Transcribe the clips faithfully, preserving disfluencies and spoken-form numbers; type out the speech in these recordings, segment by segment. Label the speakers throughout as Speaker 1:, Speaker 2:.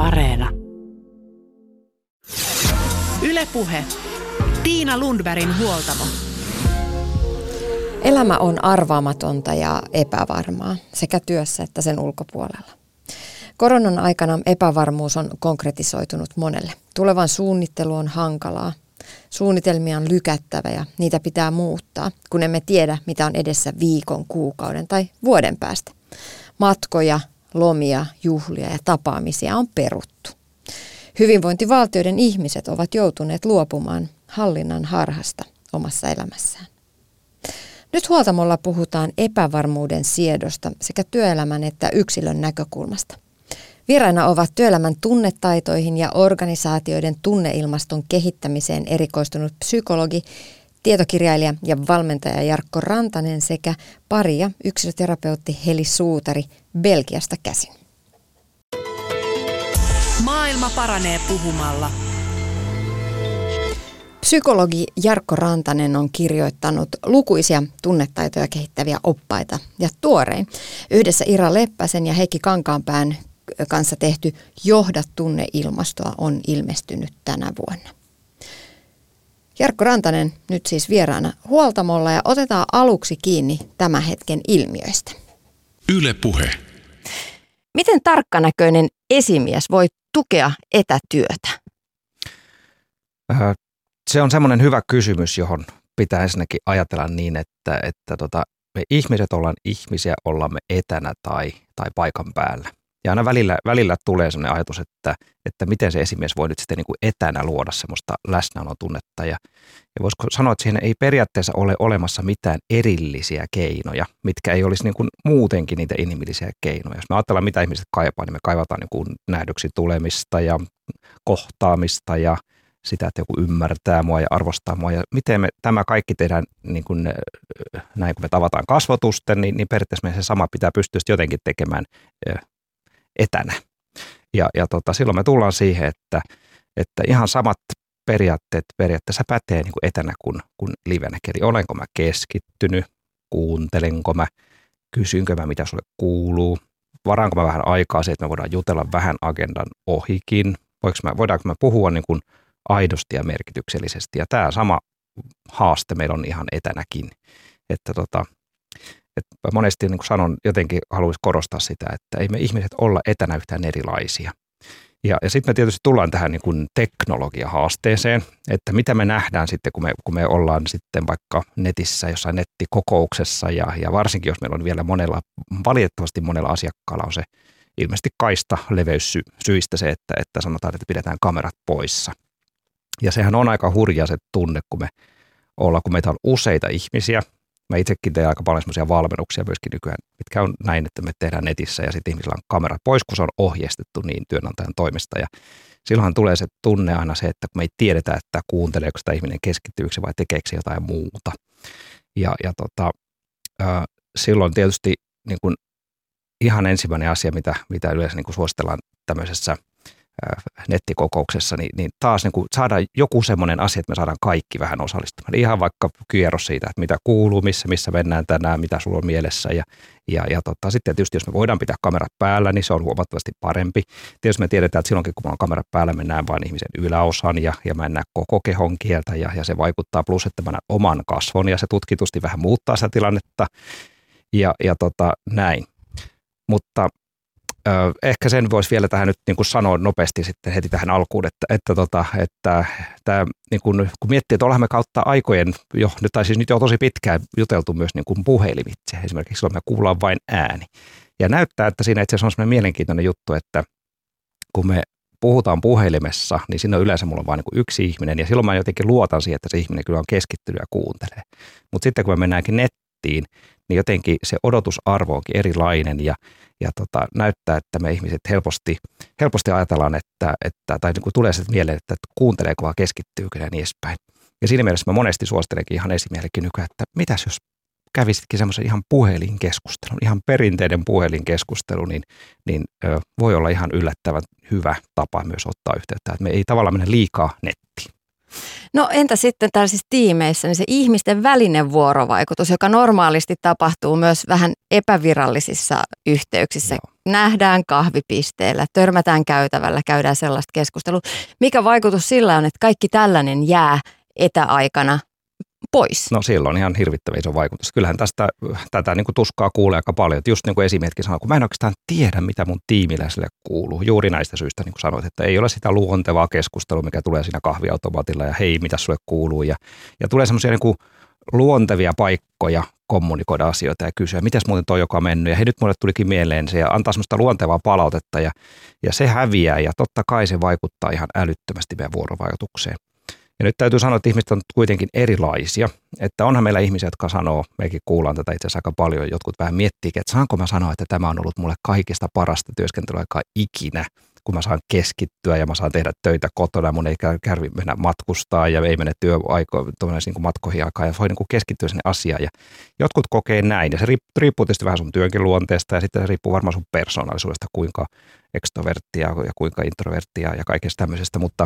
Speaker 1: Areena. Yle Puhe. Tiina Lundbergin huoltamo.
Speaker 2: Elämä on arvaamatonta ja epävarmaa sekä työssä että sen ulkopuolella. Koronan aikana epävarmuus on konkretisoitunut monelle. Tulevan suunnittelu on hankalaa. Suunnitelmia on lykättävä ja niitä pitää muuttaa, kun emme tiedä, mitä on edessä viikon, kuukauden tai vuoden päästä. Matkoja, lomia, juhlia ja tapaamisia on peruttu. Hyvinvointivaltioiden ihmiset ovat joutuneet luopumaan hallinnan harhasta omassa elämässään. Nyt huoltamolla puhutaan epävarmuuden siedosta sekä työelämän että yksilön näkökulmasta. Vieraina ovat työelämän tunnetaitoihin ja organisaatioiden tunneilmaston kehittämiseen erikoistunut psykologi, tietokirjailija ja valmentaja Jarkko Rantanen sekä pari- ja yksilöterapeutti Heli Suutari Belgiasta käsin.
Speaker 1: Maailma paranee puhumalla.
Speaker 2: Psykologi Jarkko Rantanen on kirjoittanut lukuisia tunnetaitoja kehittäviä oppaita ja tuorein yhdessä Ira Leppäsen ja Heikki Kankaanpään kanssa tehty Johda tunneilmastoa on ilmestynyt tänä vuonna. Jarkko Rantanen nyt siis vieraana huoltamolla ja otetaan aluksi kiinni tämän hetken ilmiöistä.
Speaker 3: Yle Puhe.
Speaker 2: Miten tarkkanäköinen esimies voi tukea etätyötä?
Speaker 4: Se on semmoinen hyvä kysymys, johon pitää ensinnäkin ajatella niin, että, että tota, me ihmiset ollaan ihmisiä, ollaan me etänä tai, tai paikan päällä. Ja aina välillä, välillä tulee sellainen ajatus, että, että miten se esimies voi nyt sitten niin kuin etänä luoda semmoista läsnäolotunnetta. Ja, ja voisiko sanoa, että siihen ei periaatteessa ole olemassa mitään erillisiä keinoja, mitkä ei olisi niin kuin muutenkin niitä inhimillisiä keinoja. Jos me ajatellaan, mitä ihmiset kaipaa, niin me kaivataan niin kuin nähdyksi tulemista ja kohtaamista ja sitä, että joku ymmärtää mua ja arvostaa mua. Ja miten me tämä kaikki tehdään niin kuin, näin, kun me tavataan kasvotusten, niin, niin periaatteessa meidän se sama pitää pystyä jotenkin tekemään etänä. Ja, ja tota, silloin me tullaan siihen, että, että ihan samat periaatteet periaatteessa pätee niin kuin etänä kuin, kuin livenä. Eli olenko mä keskittynyt, kuuntelenko mä, kysynkö mä mitä sulle kuuluu, varaanko mä vähän aikaa siihen, että me voidaan jutella vähän agendan ohikin, mä, voidaanko mä puhua niin kuin aidosti ja merkityksellisesti. Ja tämä sama haaste meillä on ihan etänäkin. Että tota, että monesti niin kuin sanon, jotenkin haluaisin korostaa sitä, että ei me ihmiset olla etänä yhtään erilaisia. Ja, ja sitten me tietysti tullaan tähän niin kuin teknologiahaasteeseen, että mitä me nähdään sitten, kun me, kun me ollaan sitten vaikka netissä jossain nettikokouksessa ja, ja varsinkin jos meillä on vielä monella, valitettavasti monella asiakkaalla on se ilmeisesti kaista leveyssyistä se, että, että sanotaan, että pidetään kamerat poissa. Ja sehän on aika hurja se tunne, kun me ollaan, kun meitä on useita ihmisiä. Mä itsekin teen aika paljon semmoisia valmennuksia myöskin nykyään, mitkä on näin, että me tehdään netissä ja sitten ihmisillä on kamerat pois, kun se on ohjeistettu niin työnantajan toimesta. Ja silloinhan tulee se tunne aina se, että kun me ei tiedetä, että kuunteleeko sitä ihminen, keskittyykö se vai tekeekö se jotain muuta. Ja, ja tota, äh, silloin tietysti niin kun ihan ensimmäinen asia, mitä, mitä yleensä niin kun suositellaan tämmöisessä nettikokouksessa, niin, niin taas niin kuin saadaan joku semmoinen asia, että me saadaan kaikki vähän osallistumaan. Ihan vaikka kierros siitä, että mitä kuuluu, missä, missä mennään tänään, mitä sulla on mielessä. Ja, ja, ja tota, sitten tietysti, jos me voidaan pitää kamerat päällä, niin se on huomattavasti parempi. Tietysti me tiedetään, että silloinkin, kun me on kamerat päällä, me näen vain ihmisen yläosan ja, ja mä en näe koko kehon kieltä ja, ja se vaikuttaa. Plus, että mä näen oman kasvon ja se tutkitusti vähän muuttaa sitä tilannetta ja, ja tota, näin. Mutta Ö, ehkä sen voisi vielä tähän nyt niin kuin sanoa nopeasti sitten heti tähän alkuun, että, että, tota, että tämä, niin kuin, kun miettii, että ollaan me kautta aikojen jo, tai siis nyt jo tosi pitkään juteltu myös niin kuin puhelimitse. Esimerkiksi silloin me kuullaan vain ääni. Ja näyttää, että siinä itse asiassa on sellainen mielenkiintoinen juttu, että kun me puhutaan puhelimessa, niin siinä on yleensä mulla on vain niin kuin yksi ihminen, ja silloin mä jotenkin luotan siihen, että se ihminen kyllä on keskittynyt ja kuuntelee. Mutta sitten kun me mennäänkin nettiin, niin jotenkin se odotusarvo onkin erilainen ja, ja tota, näyttää, että me ihmiset helposti, helposti ajatellaan, että, että tai niin kuin tulee se mieleen, että kuunteleeko vaan keskittyykö ja niin edespäin. Ja siinä mielessä mä monesti suosittelenkin ihan esimiehellekin nykyään, että mitäs jos kävisitkin semmoisen ihan puhelinkeskustelun, ihan perinteinen puhelinkeskustelu, niin, niin ö, voi olla ihan yllättävän hyvä tapa myös ottaa yhteyttä, että me ei tavallaan mennä liikaa nettiin.
Speaker 2: No entä sitten tällaisissa tiimeissä, niin se ihmisten välinen vuorovaikutus, joka normaalisti tapahtuu myös vähän epävirallisissa yhteyksissä. Joo. Nähdään kahvipisteellä, törmätään käytävällä, käydään sellaista keskustelua. Mikä vaikutus sillä on, että kaikki tällainen jää etäaikana pois?
Speaker 4: No silloin on ihan hirvittävä iso vaikutus. Kyllähän tästä tätä niin kuin tuskaa kuulee aika paljon. Että just niin kuin esimerkiksi sanoo, kun mä en oikeastaan tiedä, mitä mun tiimiläiselle kuuluu. Juuri näistä syistä, niin kuin sanoit, että ei ole sitä luontevaa keskustelua, mikä tulee siinä kahviautomaatilla ja hei, mitä sulle kuuluu. Ja, ja tulee semmoisia niin kuin luontevia paikkoja kommunikoida asioita ja kysyä, mitäs muuten toi joka on mennyt. Ja hei, nyt mulle tulikin mieleen se ja antaa semmoista luontevaa palautetta ja, ja se häviää ja totta kai se vaikuttaa ihan älyttömästi meidän vuorovaikutukseen. Ja nyt täytyy sanoa, että ihmiset on kuitenkin erilaisia, että onhan meillä ihmisiä, jotka sanoo, mekin kuullaan tätä itse asiassa aika paljon, jotkut vähän miettii, että saanko mä sanoa, että tämä on ollut mulle kaikista parasta työskentelyaikaa ikinä, kun mä saan keskittyä ja mä saan tehdä töitä kotona, mun ei kärvi mennä matkustaa ja ei mene työaikoihin niin matkoihin aikaa ja voi niin kuin keskittyä sinne asiaan. Ja jotkut kokee näin ja se riippuu tietysti vähän sun työnkin luonteesta ja sitten se riippuu varmaan sun persoonallisuudesta, kuinka ekstroverttia ja kuinka introverttia ja kaikesta tämmöisestä, mutta,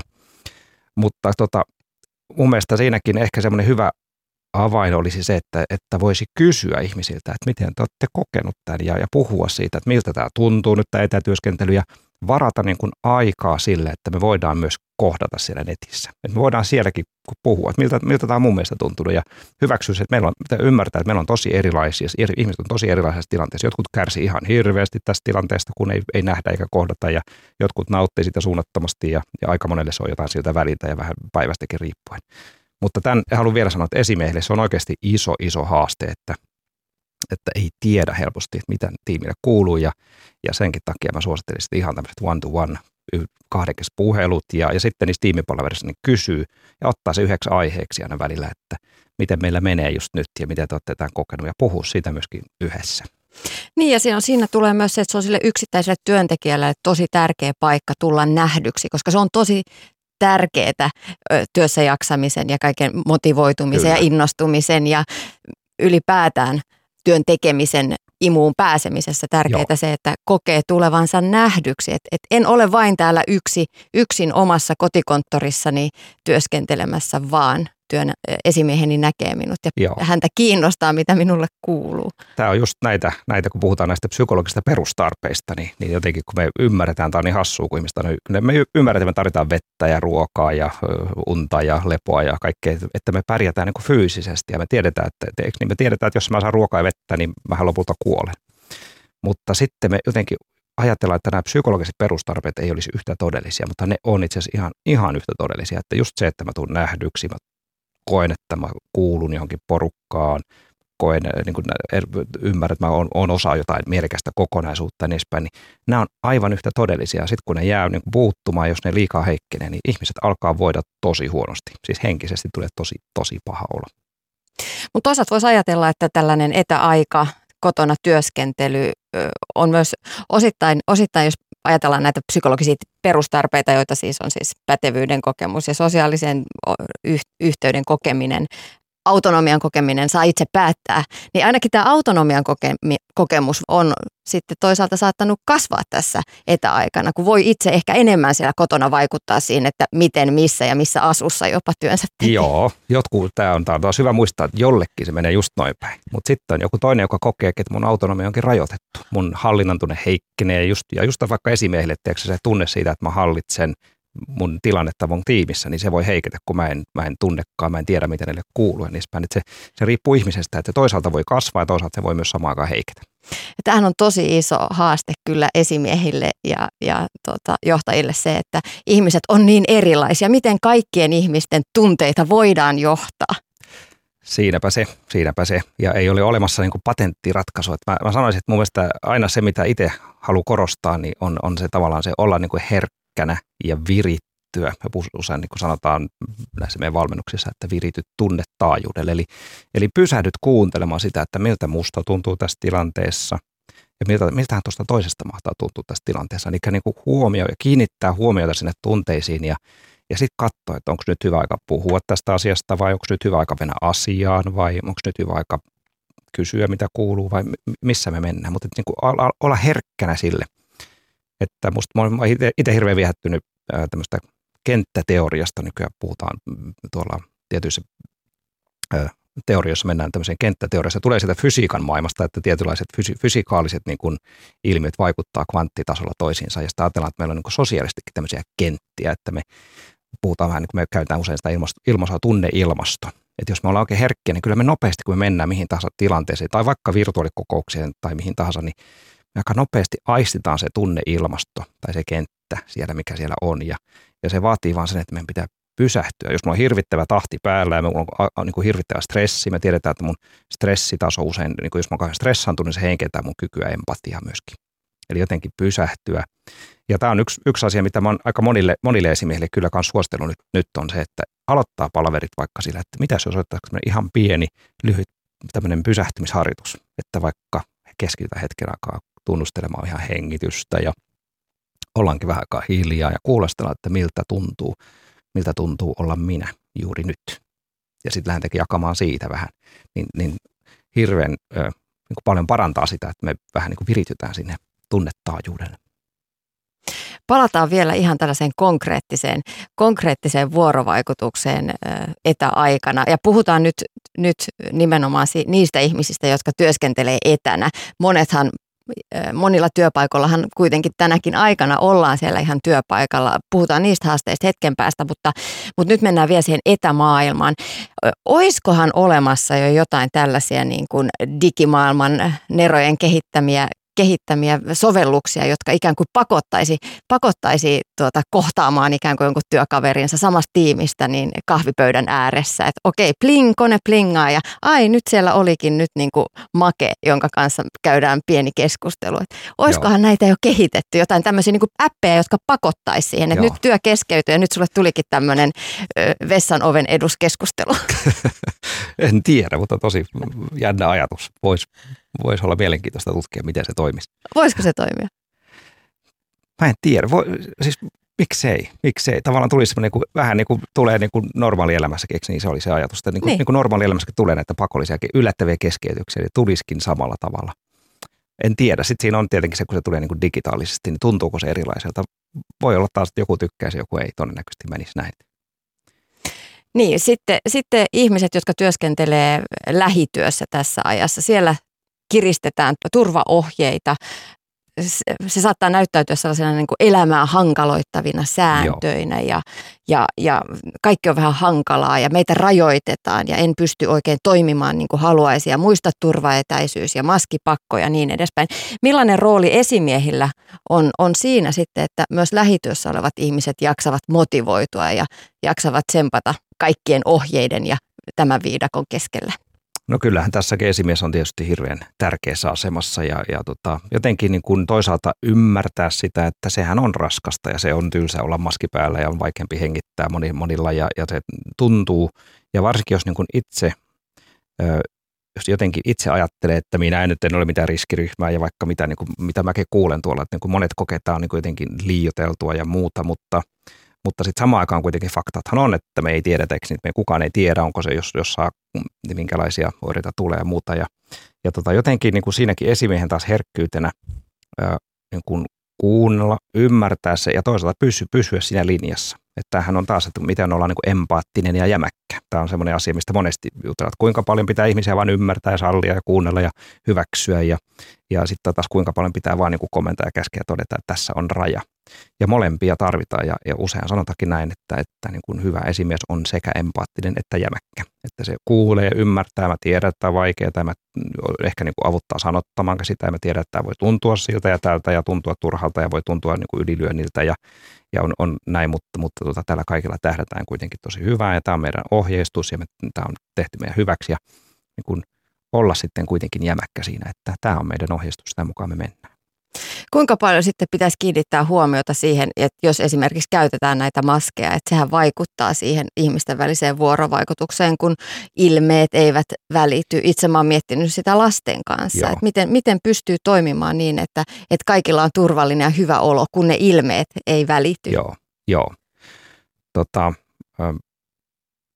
Speaker 4: mutta tota, mun mielestä siinäkin ehkä semmoinen hyvä avain olisi se, että, että voisi kysyä ihmisiltä, että miten te olette kokenut tämän ja, ja puhua siitä, että miltä tämä tuntuu nyt tämä etätyöskentely ja varata niin kuin aikaa sille, että me voidaan myös kohdata siellä netissä. Että me voidaan sielläkin puhua, että miltä, miltä tämä on mun mielestä tuntunut ja hyväksyä se, että meillä on, ymmärtää, että meillä on tosi erilaisia, ihmiset on tosi erilaisissa tilanteissa. Jotkut kärsii ihan hirveästi tästä tilanteesta, kun ei, ei nähdä eikä kohdata ja jotkut nauttii sitä suunnattomasti ja, ja aika monelle se on jotain siltä väliltä ja vähän päivästäkin riippuen. Mutta tämän haluan vielä sanoa, että esimiehille se on oikeasti iso, iso haaste, että, että ei tiedä helposti, että mitä tiimille kuuluu ja, ja senkin takia mä suosittelisin ihan tämmöiset one-to-one kahdenkes puhelut ja, ja sitten niissä tiimipalaverissa niin kysyy ja ottaa se yhdeksi aiheeksi aina välillä, että miten meillä menee just nyt ja miten te olette tämän kokenut ja puhua siitä myöskin yhdessä.
Speaker 2: Niin ja siinä, siinä tulee myös se, että se on sille yksittäiselle työntekijälle tosi tärkeä paikka tulla nähdyksi, koska se on tosi tärkeää työssä jaksamisen ja kaiken motivoitumisen Kyllä. ja innostumisen ja ylipäätään työn tekemisen imuun pääsemisessä tärkeää Joo. se, että kokee tulevansa nähdyksi. Et, et en ole vain täällä yksi, yksin omassa kotikonttorissani työskentelemässä, vaan työn esimieheni näkee minut ja Joo. häntä kiinnostaa, mitä minulle kuuluu.
Speaker 4: Tämä on just näitä, näitä kun puhutaan näistä psykologisista perustarpeista, niin, niin jotenkin kun me ymmärretään, tämä on niin hassua, kun ihmistä on, me ymmärretään, että me tarvitaan vettä ja ruokaa ja unta ja lepoa ja kaikkea, että me pärjätään niin kuin fyysisesti ja me tiedetään, että, niin me tiedetään, että jos mä saan ruokaa ja vettä, niin mähän lopulta kuolen. Mutta sitten me jotenkin ajatellaan, että nämä psykologiset perustarpeet ei olisi yhtä todellisia, mutta ne on itse asiassa ihan, ihan yhtä todellisia, että just se, että mä tuun nähdyksi, mä koen, että mä kuulun johonkin porukkaan, koen, niin kuin ymmärrän, että mä oon, oon osa jotain mielekästä kokonaisuutta ja niin edespäin, niin nämä on aivan yhtä todellisia. Sitten kun ne jää niin kuin puuttumaan, jos ne liikaa heikkenee, niin ihmiset alkaa voida tosi huonosti. Siis henkisesti tulee tosi, tosi paha olo.
Speaker 2: Mutta toisaalta voisi ajatella, että tällainen etäaika, kotona työskentely on myös osittain, osittain jos ajatellaan näitä psykologisia perustarpeita, joita siis on siis pätevyyden kokemus ja sosiaalisen yhteyden kokeminen, autonomian kokeminen, saa itse päättää, niin ainakin tämä autonomian koke- kokemus on sitten toisaalta saattanut kasvaa tässä etäaikana, kun voi itse ehkä enemmän siellä kotona vaikuttaa siihen, että miten, missä ja missä asussa jopa työnsä tekee.
Speaker 4: Joo, jotkut, tämä on, tämä on hyvä muistaa, että jollekin se menee just noin päin, mutta sitten on joku toinen, joka kokee, että mun autonomia onkin rajoitettu, mun hallinnan tunne heikkenee just, ja just vaikka esimiehille, että se tunne siitä, että mä hallitsen mun tilannetta mun tiimissä, niin se voi heiketä, kun mä en, mä en tunnekaan, mä en tiedä, mitä niille kuuluu. Niin se, se riippuu ihmisestä, että toisaalta voi kasvaa ja toisaalta se voi myös samaan aikaan heiketä.
Speaker 2: Tämähän on tosi iso haaste kyllä esimiehille ja, ja tota, johtajille se, että ihmiset on niin erilaisia. Miten kaikkien ihmisten tunteita voidaan johtaa?
Speaker 4: Siinäpä se, siinäpä se. Ja ei ole olemassa niin kuin patenttiratkaisua. Mä, mä sanoisin, että mun mielestä aina se, mitä itse haluan korostaa, niin on, on se tavallaan se olla niin kuin herkkänä ja virittyä. Me usein niin kuin sanotaan näissä meidän valmennuksissa, että virityt tunnetaajuudelle. Eli, eli pysähdyt kuuntelemaan sitä, että miltä musta tuntuu tässä tilanteessa ja miltä, miltähän tuosta toisesta mahtaa tuntua tässä tilanteessa. Eli niin kuin huomio ja kiinnittää huomiota sinne tunteisiin ja Ja sitten katsoa, että onko nyt hyvä aika puhua tästä asiasta vai onko nyt hyvä aika mennä asiaan vai onko nyt hyvä aika kysyä, mitä kuuluu vai missä me mennään. Mutta niin kuin olla herkkänä sille, että musta mä olen itse hirveän viehättynyt tämmöistä kenttäteoriasta nykyään puhutaan tuolla tietyissä ö, teorioissa mennään tämmöiseen kenttäteoriassa. Tulee sieltä fysiikan maailmasta, että tietynlaiset fysi- fysikaaliset niin kuin ilmiöt vaikuttaa kvanttitasolla toisiinsa. Ja sitten ajatellaan, että meillä on niin kuin sosiaalistikin tämmöisiä kenttiä, että me puhutaan vähän, niin kuin me käytetään usein sitä ilmasto, ilmaisua tunneilmasto. Että jos me ollaan oikein herkkiä, niin kyllä me nopeasti, kun me mennään mihin tahansa tilanteeseen, tai vaikka virtuaalikokoukseen tai mihin tahansa, niin me aika nopeasti aistitaan se tunneilmasto tai se kenttä siellä, mikä siellä on. Ja, ja se vaatii vaan sen, että meidän pitää pysähtyä. Jos mulla on hirvittävä tahti päällä ja mulla on a, a, niin kuin hirvittävä stressi, me tiedetään, että mun stressitaso usein, niin kuin jos mä oon kauhean stressaantunut, niin se heikentää mun kykyä empatiaa myöskin. Eli jotenkin pysähtyä. Ja tämä on yksi, yksi asia, mitä mä oon aika monille, monille esimiehille kyllä kanssa suositellut nyt, nyt on se, että aloittaa palaverit vaikka sillä, että mitä se osoittaa ihan pieni, lyhyt tämmöinen pysähtymisharjoitus, että vaikka keskitytään hetken aikaa tunnustelemaan ihan hengitystä ja ollaankin vähän aikaa hiljaa ja kuulostellaan, että miltä tuntuu, miltä tuntuu olla minä juuri nyt. Ja sitten lähdetäänkin jakamaan siitä vähän, niin, niin hirveän ö, niin kuin paljon parantaa sitä, että me vähän niin kuin viritytään sinne tunnetaajuudelle.
Speaker 2: Palataan vielä ihan tällaiseen konkreettiseen, konkreettiseen vuorovaikutukseen etäaikana. Ja puhutaan nyt, nyt nimenomaan niistä ihmisistä, jotka työskentelee etänä. Monethan, monilla työpaikollahan kuitenkin tänäkin aikana ollaan siellä ihan työpaikalla. Puhutaan niistä haasteista hetken päästä, mutta, mutta nyt mennään vielä siihen etämaailmaan. Oiskohan olemassa jo jotain tällaisia niin kuin digimaailman nerojen kehittämiä kehittämiä sovelluksia, jotka ikään kuin pakottaisi, pakottaisi tuota, kohtaamaan ikään kuin jonkun työkaverinsa samasta tiimistä niin kahvipöydän ääressä. Että okei, pling, kone plingaa ja ai nyt siellä olikin nyt niin kuin make, jonka kanssa käydään pieni keskustelu. Et olisikohan Joo. näitä jo kehitetty, jotain tämmöisiä niin kuin appeja, jotka pakottaisi siihen, että nyt työ keskeytyy ja nyt sulle tulikin tämmöinen ö, vessan oven eduskeskustelu.
Speaker 4: En tiedä, mutta tosi jännä ajatus. Voisi vois olla mielenkiintoista tutkia, miten se toimisi.
Speaker 2: Voisiko se toimia?
Speaker 4: Mä en tiedä. Voi, siis miksei? Miksei? Tavallaan tulisi semmoinen, niin vähän niin kuin tulee niin kuin normaalielämässäkin, eikö niin se oli se ajatus, että niin kuin, niin. Niin kuin normaalielämässäkin tulee näitä pakollisiakin yllättäviä keskeytyksiä, eli tulisikin samalla tavalla. En tiedä. Sitten siinä on tietenkin se, kun se tulee niin kuin digitaalisesti, niin tuntuuko se erilaiselta? Voi olla taas, että joku tykkäisi, joku ei todennäköisesti menisi näin.
Speaker 2: Niin, sitten, sitten ihmiset, jotka työskentelee lähityössä tässä ajassa, siellä kiristetään turvaohjeita. Se, se saattaa näyttäytyä sellaisena niin kuin elämää hankaloittavina sääntöinä ja, ja, ja kaikki on vähän hankalaa ja meitä rajoitetaan ja en pysty oikein toimimaan niin kuin haluaisi ja muista turvaetäisyys ja maskipakko ja niin edespäin. Millainen rooli esimiehillä on, on siinä sitten, että myös lähityössä olevat ihmiset jaksavat motivoitua ja jaksavat tsempata kaikkien ohjeiden ja tämän viidakon keskellä?
Speaker 4: No kyllähän tässäkin esimies on tietysti hirveän tärkeässä asemassa ja, ja tota, jotenkin niin kuin toisaalta ymmärtää sitä, että sehän on raskasta ja se on tylsä olla maski päällä ja on vaikeampi hengittää monilla ja, ja se tuntuu. Ja varsinkin jos niin kuin itse, jos jotenkin itse ajattelee, että minä en nyt en ole mitään riskiryhmää ja vaikka mitä, niin kuin, mitä mäkin kuulen tuolla, että niin kuin monet koketaan niin kuin jotenkin liioiteltua ja muuta, mutta Mutta sitten samaan aikaan kuitenkin faktathan on, että me ei tiedetä, eikö me kukaan ei tiedä, onko se, jos, jos saa, minkälaisia oireita tulee ja muuta. Ja, ja tota, jotenkin niin kuin siinäkin esimiehen taas herkkyytenä ää, niin kuin kuunnella, ymmärtää se ja toisaalta pysy, pysyä siinä linjassa. Että tämähän on taas, että miten ollaan niin kuin empaattinen ja jämäkkä. Tämä on semmoinen asia, mistä monesti jutellaan, että kuinka paljon pitää ihmisiä vain ymmärtää ja sallia ja kuunnella ja hyväksyä. Ja, ja sitten taas kuinka paljon pitää vain niin kuin komentaa ja käskeä ja todeta, että tässä on raja. Ja molempia tarvitaan ja, ja usein sanotaankin näin, että, että niin kuin hyvä esimies on sekä empaattinen että jämäkkä. Että se kuulee ja ymmärtää, mä tiedän, että tämä on vaikeaa, tai mä ehkä niin kuin avuttaa sanottamaan sitä, ja mä tiedän, että tämä voi tuntua siltä ja tältä ja tuntua turhalta ja voi tuntua niin kuin ylilyönniltä ja, ja on, on näin, mutta, mutta tuota, tällä kaikilla tähdätään kuitenkin tosi hyvää ja tämä on meidän ohjeistus ja me, tämä on tehty meidän hyväksi ja niin kuin olla sitten kuitenkin jämäkkä siinä, että tämä on meidän ohjeistus, sitä mukaan me mennään.
Speaker 2: Kuinka paljon sitten pitäisi kiinnittää huomiota siihen, että jos esimerkiksi käytetään näitä maskeja, että sehän vaikuttaa siihen ihmisten väliseen vuorovaikutukseen, kun ilmeet eivät välity. Itse mä oon miettinyt sitä lasten kanssa, että miten, miten pystyy toimimaan niin, että, että kaikilla on turvallinen ja hyvä olo, kun ne ilmeet ei välity.
Speaker 4: Joo, joo. Tota,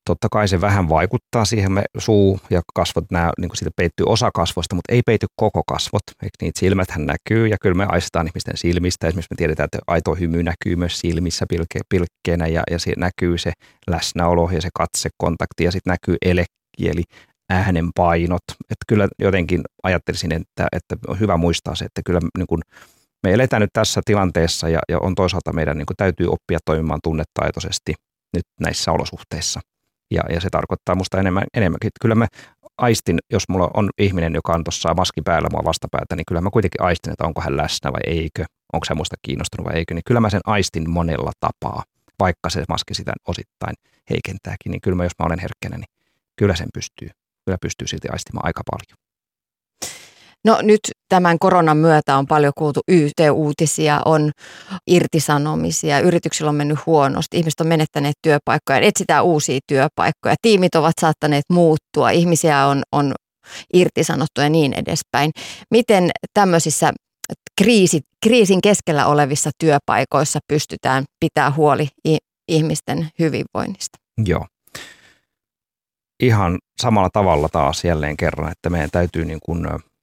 Speaker 4: totta kai se vähän vaikuttaa siihen, me suu ja kasvot, nämä, niin kuin siitä peittyy osa kasvoista, mutta ei peity koko kasvot. Eikö niitä silmäthän näkyy ja kyllä me aistetaan ihmisten silmistä. Esimerkiksi me tiedetään, että aito hymy näkyy myös silmissä pilke, pilkkeenä ja, ja siinä näkyy se läsnäolo ja se katsekontakti ja sitten näkyy elekieli, äänen painot. Että kyllä jotenkin ajattelisin, että, että on hyvä muistaa se, että kyllä niin kuin me eletään nyt tässä tilanteessa ja, ja on toisaalta meidän niin kuin täytyy oppia toimimaan tunnetaitoisesti nyt näissä olosuhteissa. Ja, ja se tarkoittaa musta enemmän, enemmänkin. Kyllä mä aistin, jos mulla on ihminen, joka on tuossa maski päällä mua vastapäätä, niin kyllä mä kuitenkin aistin, että onko hän läsnä vai eikö, onko hän musta kiinnostunut vai eikö. Niin kyllä mä sen aistin monella tapaa, vaikka se maski sitä osittain heikentääkin. Niin kyllä mä, jos mä olen herkkänä, niin kyllä sen pystyy. Kyllä pystyy silti aistimaan aika paljon.
Speaker 2: No nyt tämän koronan myötä on paljon kuultu Y T-uutisia, on irtisanomisia, yrityksillä on mennyt huonosti, ihmiset on menettäneet työpaikkoja, etsitään uusia työpaikkoja, tiimit ovat saattaneet muuttua, ihmisiä on, on irtisanottu ja niin edespäin. Miten tämmöisissä kriisi, kriisin keskellä olevissa työpaikoissa pystytään pitää huoli ihmisten hyvinvoinnista?
Speaker 4: Joo. Ihan samalla tavalla taas jälleen kerran, että meidän täytyy niin kuin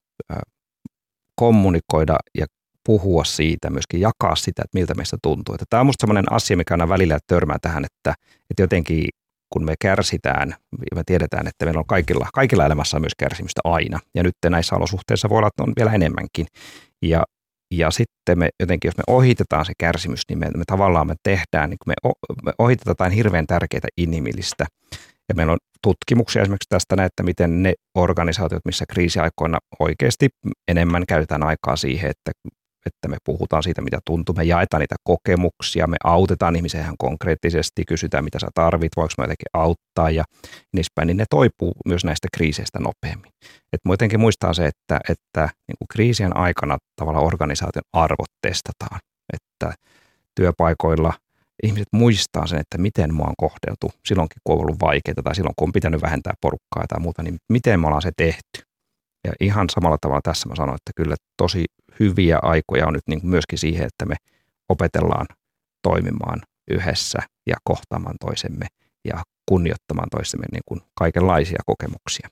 Speaker 4: kommunikoida ja puhua siitä, myöskin jakaa sitä, että miltä meistä tuntuu. Että tämä on musta sellainen asia, mikä aina välillä törmää tähän, että, että jotenkin kun me kärsitään ja me tiedetään, että meillä on kaikilla, kaikilla elämässä on myös kärsimystä aina. Ja nyt näissä olosuhteissa voi olla, että on vielä enemmänkin. Ja, ja sitten me jotenkin, jos me ohitetaan se kärsimys, niin me, me tavallaan me tehdään, niin me, me ohitetaan jotain hirveän tärkeää inhimillistä. Ja meillä on tutkimuksia esimerkiksi tästä, että miten ne organisaatiot, missä kriisiaikoina oikeasti enemmän käytetään aikaa siihen, että, että me puhutaan siitä, mitä tuntuu, me jaetaan niitä kokemuksia, me autetaan ihmisiä ihan konkreettisesti, kysytään, mitä sä tarvit, voiko mä jotenkin auttaa ja niin päin, niin ne toipuu myös näistä kriiseistä nopeammin. Että jotenkin muistaa se, että, että niin kuin kriisien aikana tavallaan organisaation arvot testataan, että työpaikoilla ihmiset muistaa sen, että miten mua on kohdeltu silloinkin, kun on ollut vaikeaa tai silloin, kun on pitänyt vähentää porukkaa tai muuta, niin miten me ollaan se tehty. Ja ihan samalla tavalla tässä mä sanon, että kyllä tosi hyviä aikoja on nyt niin kuin myöskin siihen, että me opetellaan toimimaan yhdessä ja kohtaamaan toisemme ja kunnioittamaan toisemme niin kuin kaikenlaisia kokemuksia.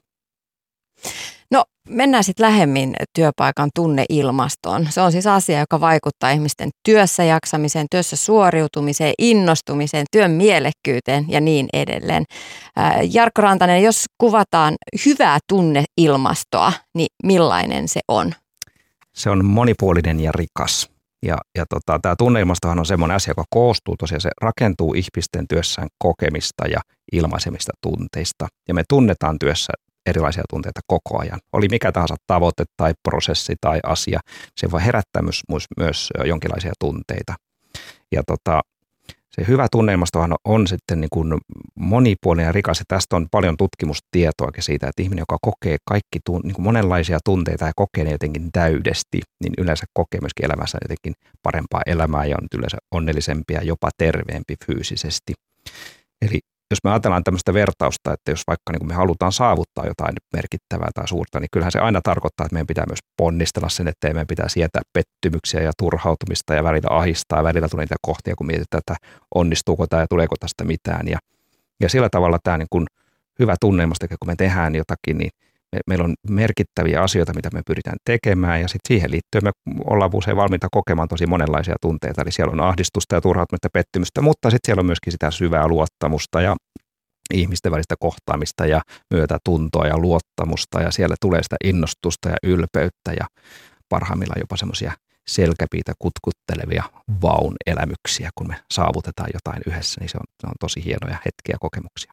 Speaker 2: No mennään sitten lähemmin työpaikan tunneilmastoon. Se on siis asia, joka vaikuttaa ihmisten työssä jaksamiseen, työssä suoriutumiseen, innostumiseen, työn mielekkyyteen ja niin edelleen. Jarkko Rantanen, jos kuvataan hyvää tunneilmastoa, niin millainen se on?
Speaker 4: Se on monipuolinen ja rikas. Ja, ja tota, tämä tunneilmastohan on semmoinen asia, joka koostuu tosiaan, se rakentuu ihmisten työssään kokemista ja ilmaisemista tunteista. Ja me tunnetaan työssä erilaisia tunteita koko ajan. Oli mikä tahansa tavoite tai prosessi tai asia, se voi herättää myös, myös jonkinlaisia tunteita. Ja tota, se hyvä tunneilmastohan on sitten niin kuin monipuolinen ja rikas, ja tästä on paljon tutkimustietoakin siitä, että ihminen, joka kokee kaikki niin kuin monenlaisia tunteita ja kokee ne jotenkin täydesti, niin yleensä kokee myöskin elämässä jotenkin parempaa elämää ja on yleensä onnellisempi ja jopa terveempi fyysisesti. Eli jos me ajatellaan tämmöistä vertausta, että jos vaikka niin kuin me halutaan saavuttaa jotain merkittävää tai suurta, niin kyllähän se aina tarkoittaa, että meidän pitää myös ponnistella sen, että meidän pitää sietää pettymyksiä ja turhautumista ja välillä ahistaa ja välillä tulee niitä kohtia, kun mietitään, että onnistuuko tämä ja tuleeko tästä mitään. Ja, ja sillä tavalla tämä niin kuin hyvä tunneilmasto, kun me tehdään jotakin, niin me, meillä on merkittäviä asioita, mitä me pyritään tekemään ja sitten siihen liittyen me ollaan usein valmiita kokemaan tosi monenlaisia tunteita. Eli siellä on ahdistusta ja turhautumista ja pettymystä, mutta sitten siellä on myöskin sitä syvää luottamusta ja ihmisten välistä kohtaamista ja myötätuntoa ja luottamusta ja siellä tulee sitä innostusta ja ylpeyttä ja parhaimmillaan jopa semmoisia selkäpiitä kutkuttelevia vaun-elämyksiä, kun me saavutetaan jotain yhdessä, niin se on, se on tosi hienoja hetkiä kokemuksia.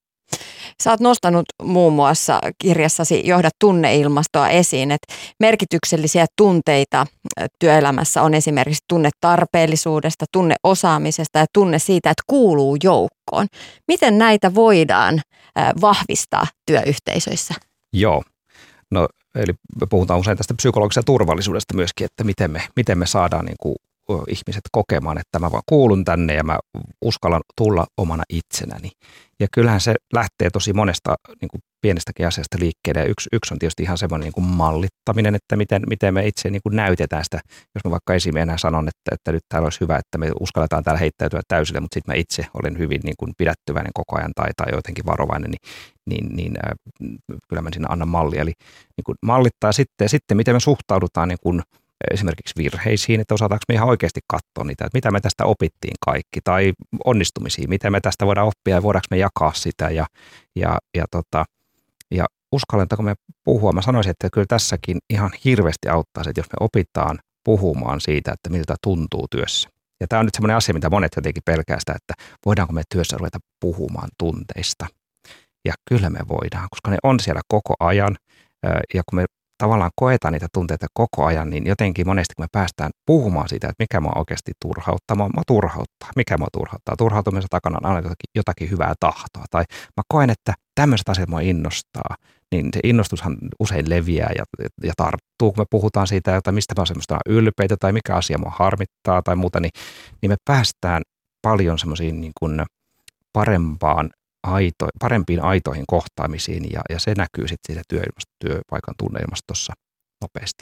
Speaker 2: Sä oot nostanut muun muassa kirjassasi Johda tunneilmastoa esiin, että merkityksellisiä tunteita työelämässä on esimerkiksi tunne tarpeellisuudesta, tunne osaamisesta ja tunne siitä, että kuuluu joukkoon. Miten näitä voidaan vahvistaa työyhteisöissä?
Speaker 4: Joo, no eli me puhutaan usein tästä psykologisesta turvallisuudesta myöskin, että miten me, miten me saadaan niin kuin ihmiset kokemaan, että mä vaan kuulun tänne ja mä uskallan tulla omana itsenäni. Ja kyllähän se lähtee tosi monesta niin kuin pienestäkin asiasta liikkeelle. Ja yksi, yksi on tietysti ihan semmoinen niin kuin mallittaminen, että miten, miten me itse niin kuin näytetään sitä. Jos mä vaikka esimiehenä sanon, että, että nyt täällä olisi hyvä, että me uskalletaan täällä heittäytyä täysille, mutta sitten mä itse olen hyvin niin kuin pidättyväinen koko ajan tai, tai jotenkin varovainen, niin, niin, niin äh, kyllä mä siinä annan mallia. Eli niin kuin mallittaa sitten, sitten, miten me suhtaudutaan niin kuin esimerkiksi virheisiin, että osataanko me ihan oikeasti katsoa niitä, että mitä me tästä opittiin kaikki, tai onnistumisiin, miten me tästä voidaan oppia ja voidaanko me jakaa sitä, ja, ja, ja, tota, ja uskalletaanko me puhua. Mä sanoisin, että kyllä tässäkin ihan hirveästi auttaa se, että jos me opitaan puhumaan siitä, että miltä tuntuu työssä. Ja tämä on nyt semmoinen asia, mitä monet jotenkin pelkää sitä, että voidaanko me työssä ruveta puhumaan tunteista. Ja kyllä me voidaan, koska ne on siellä koko ajan, ja kun me tavallaan koetaan niitä tunteita koko ajan, niin jotenkin monesti kun me päästään puhumaan siitä, että mikä mua oikeasti turhauttaa, mua, mua turhauttaa, mikä mua turhauttaa. Turhautumisen takana on aina jotakin, jotakin hyvää tahtoa. Tai mä koen, että tämmöiset asiat mua innostaa, niin se innostushan usein leviää ja, ja tarttuu, kun me puhutaan siitä, että mistä mä oon semmoista ylpeitä tai mikä asia mua harmittaa tai muuta, niin, niin me päästään paljon semmoisiin niin kuin parempaan Aito, parempiin aitoihin kohtaamisiin ja, ja se näkyy sitten siitä työpaikan tunneilmastossa nopeasti.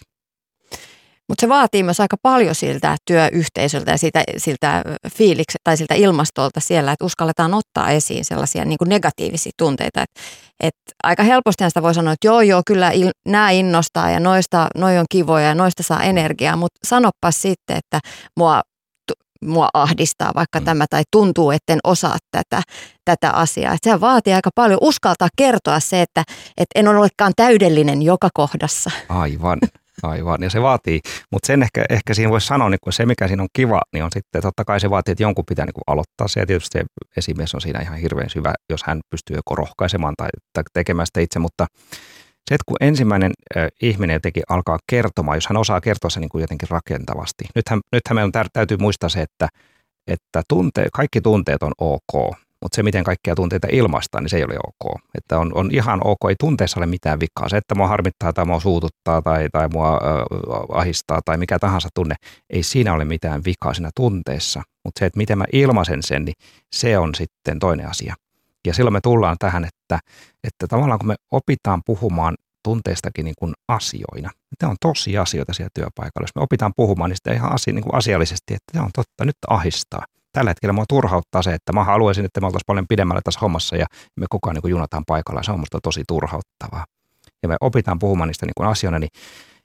Speaker 2: Mutta se vaatii myös aika paljon siltä työyhteisöltä ja siltä, siltä fiiliksi tai siltä ilmastolta siellä, että uskalletaan ottaa esiin sellaisia niin kuin negatiivisia tunteita. Et, et aika helposti sitä voi sanoa, että joo joo kyllä il, nämä innostaa ja noista, noi on kivoja ja noista saa energiaa, mutta sanoppa sitten, että mua mua ahdistaa vaikka mm. tämä tai tuntuu, etten osaa tätä, tätä asiaa. Että se vaatii aika paljon uskaltaa kertoa se, että, että en olekaan täydellinen joka kohdassa.
Speaker 4: Aivan, aivan. Ja se vaatii, mutta sen ehkä, ehkä siinä voisi sanoa, niin se mikä siinä on kiva, niin on sitten totta kai se vaatii, että jonkun pitää niin kuin aloittaa se. Ja tietysti se esimies on siinä ihan hirveän syvä, jos hän pystyy joko rohkaisemaan tai, tai tekemään sitä itse, mutta se, että kun ensimmäinen äh, ihminen jotenkin alkaa kertomaan, jos hän osaa kertoa se niin kuin jotenkin rakentavasti. Nythän, nythän meidän täytyy muistaa se, että, että tunte, kaikki tunteet on ok, mutta se, miten kaikkia tunteita ilmaistaan, niin se ei ole ok. Että on, on ihan ok, ei tunteessa ole mitään vikaa. Se, että mua harmittaa tai mua suututtaa tai, tai mua äh, ahistaa tai mikä tahansa tunne, ei siinä ole mitään vikaa siinä tunteessa. Mutta se, että miten mä ilmaisen sen, niin se on sitten toinen asia. Ja silloin me tullaan tähän, että, että tavallaan kun me opitaan puhumaan tunteistakin niin kuin asioina, ne on tosi asioita siellä työpaikalla. Jos me opitaan puhumaan niistä ihan asia, niin kuin asiallisesti, että se on totta, nyt ahistaa. Tällä hetkellä mua turhauttaa se, että mä haluaisin, että me oltaisiin paljon pidemmällä tässä hommassa ja me koko ajan niin kuin junataan paikalla. Se on musta tosi turhauttavaa. Ja me opitaan puhumaan niistä niin kuin asioina, niin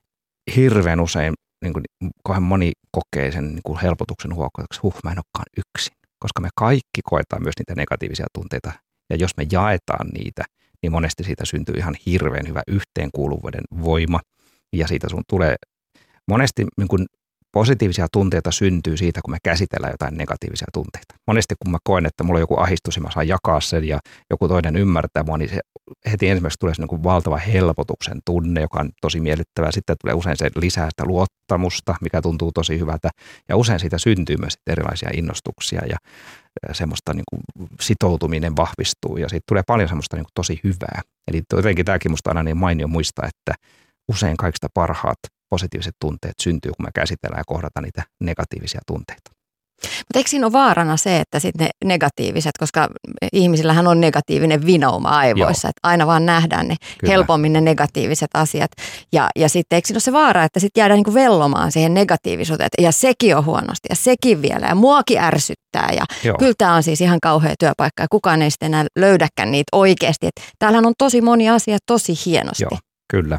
Speaker 4: hirveän usein niin kuin, kohan moni kokee sen niin kuin helpotuksen huokotaksi, huh, mä en olekaan yksin. Koska me kaikki koetaan myös niitä negatiivisia tunteita. Ja jos me jaetaan niitä, niin monesti siitä syntyy ihan hirveän hyvä yhteenkuuluvuuden voima. Ja siitä sun tulee monesti niin kun positiivisia tunteita syntyy siitä, kun me käsitellään jotain negatiivisia tunteita. Monesti kun mä koen, että mulla on joku ahdistus ja mä saan jakaa sen ja joku toinen ymmärtää mua, niin se heti ensimmäiseksi tulee se niin kuin valtava helpotuksen tunne, joka on tosi miellyttävää. Sitten tulee usein se lisää sitä luottamusta, mikä tuntuu tosi hyvältä. Ja usein siitä syntyy myös erilaisia innostuksia ja semmoista niin kuin sitoutuminen vahvistuu ja siitä tulee paljon semmoista niin kuin tosi hyvää. Eli jotenkin tämäkin musta aina niin mainio muistaa, että usein kaikista parhaat positiiviset tunteet syntyy, kun me käsitellään ja kohdataan niitä negatiivisia tunteita.
Speaker 2: Mutta eikö siinä ole vaarana se, että sitten ne negatiiviset, koska ihmisillähän on negatiivinen vinouma aivoissa, että aina vaan nähdään ne Kyllä. helpommin ne negatiiviset asiat. Ja, ja sitten eikö siinä ole se vaara, että sitten jäädään niinku vellomaan siihen negatiivisuuteen, ja sekin on huonosti, ja sekin vielä, ja muakin ärsyttää, ja Joo. kyllä tämä on siis ihan kauhea työpaikka, ja kukaan ei sitten enää löydäkään niitä oikeasti. Että täällähän on tosi moni asia tosi hienosti.
Speaker 4: Joo, kyllä.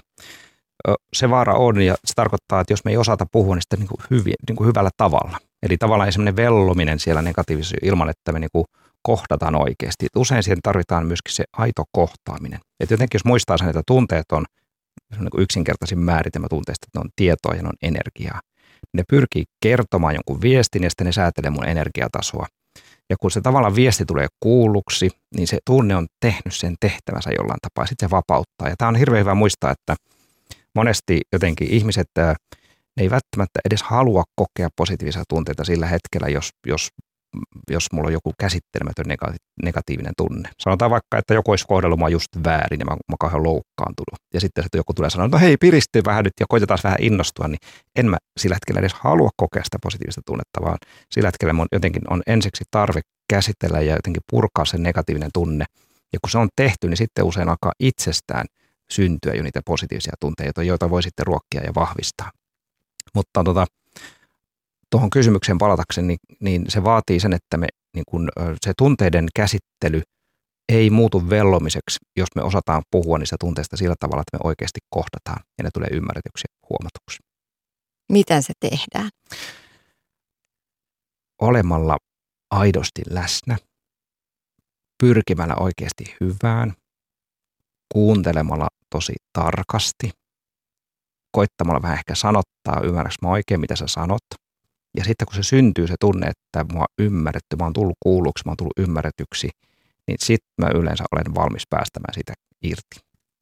Speaker 4: Se vaara on, ja se tarkoittaa, että jos me ei osata puhua niistä niin kuin hyvin, niin kuin hyvällä tavalla, eli tavallaan semmoinen vellominen siellä negatiivisesti ilman, että me niin kuin kohdataan oikeasti. Usein siihen tarvitaan myöskin se aito kohtaaminen. Että jotenkin jos muistaa sen, että tunteet on niin kuin yksinkertaisin määritelmä tunteista, että ne on tietoa ja ne on energiaa. Ne pyrkii kertomaan jonkun viestin ja sitten ne säätelee mun energiatasoa. Ja kun se tavallaan viesti tulee kuulluksi, niin se tunne on tehnyt sen tehtävänsä jollain tapaa. Sitten se vapauttaa. Ja tämä on hirveän hyvä muistaa, että monesti jotenkin ihmiset, ne ei välttämättä edes halua kokea positiivisia tunteita sillä hetkellä, jos, jos jos mulla on joku käsittelemätön negatiivinen tunne. Sanotaan vaikka, että joku olisi kohdellut mua just väärin ja mä, mä kauhean loukkaantunut. Ja sitten että joku tulee sanoa, no hei, piristy vähän nyt ja koitetaan vähän innostua, niin en mä sillä hetkellä edes halua kokea sitä positiivista tunnetta, vaan sillä hetkellä mun jotenkin on ensiksi tarve käsitellä ja jotenkin purkaa se negatiivinen tunne. Ja kun se on tehty, niin sitten usein alkaa itsestään syntyä jo niitä positiivisia tunteita, joita voi sitten ruokkia ja vahvistaa. Mutta tota, tuohon kysymykseen palatakseni, niin, niin se vaatii sen, että me, niin kun, se tunteiden käsittely ei muutu vellomiseksi, jos me osataan puhua niistä tunteista sillä tavalla, että me oikeasti kohdataan ja ne tulee ymmärretyksi ja huomatuksi.
Speaker 2: Miten se tehdään?
Speaker 4: Olemalla aidosti läsnä, pyrkimällä oikeasti hyvään, kuuntelemalla tosi tarkasti, koittamalla vähän ehkä sanottaa, ymmärrätkö mä oikein, mitä sä sanot. Ja sitten kun se syntyy se tunne, että mua on ymmärretty, mä oon tullut kuulluksi, mä oon tullut ymmärretyksi, niin sitten mä yleensä olen valmis päästämään sitä irti.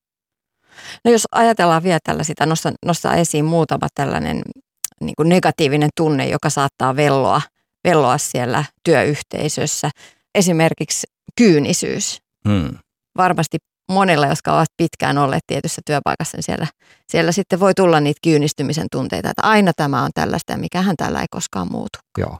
Speaker 2: No jos ajatellaan vielä tällaista, nostaa, nostaa esiin muutama tällainen niin kuin negatiivinen tunne, joka saattaa velloa, velloa siellä työyhteisössä. Esimerkiksi kyynisyys. Hmm. Varmasti monilla, jotka ovat pitkään olleet tietyssä työpaikassa, niin siellä, siellä sitten voi tulla niitä kyynistymisen tunteita, että aina tämä on tällaista ja mikähän tällä ei koskaan muutu.
Speaker 4: Joo.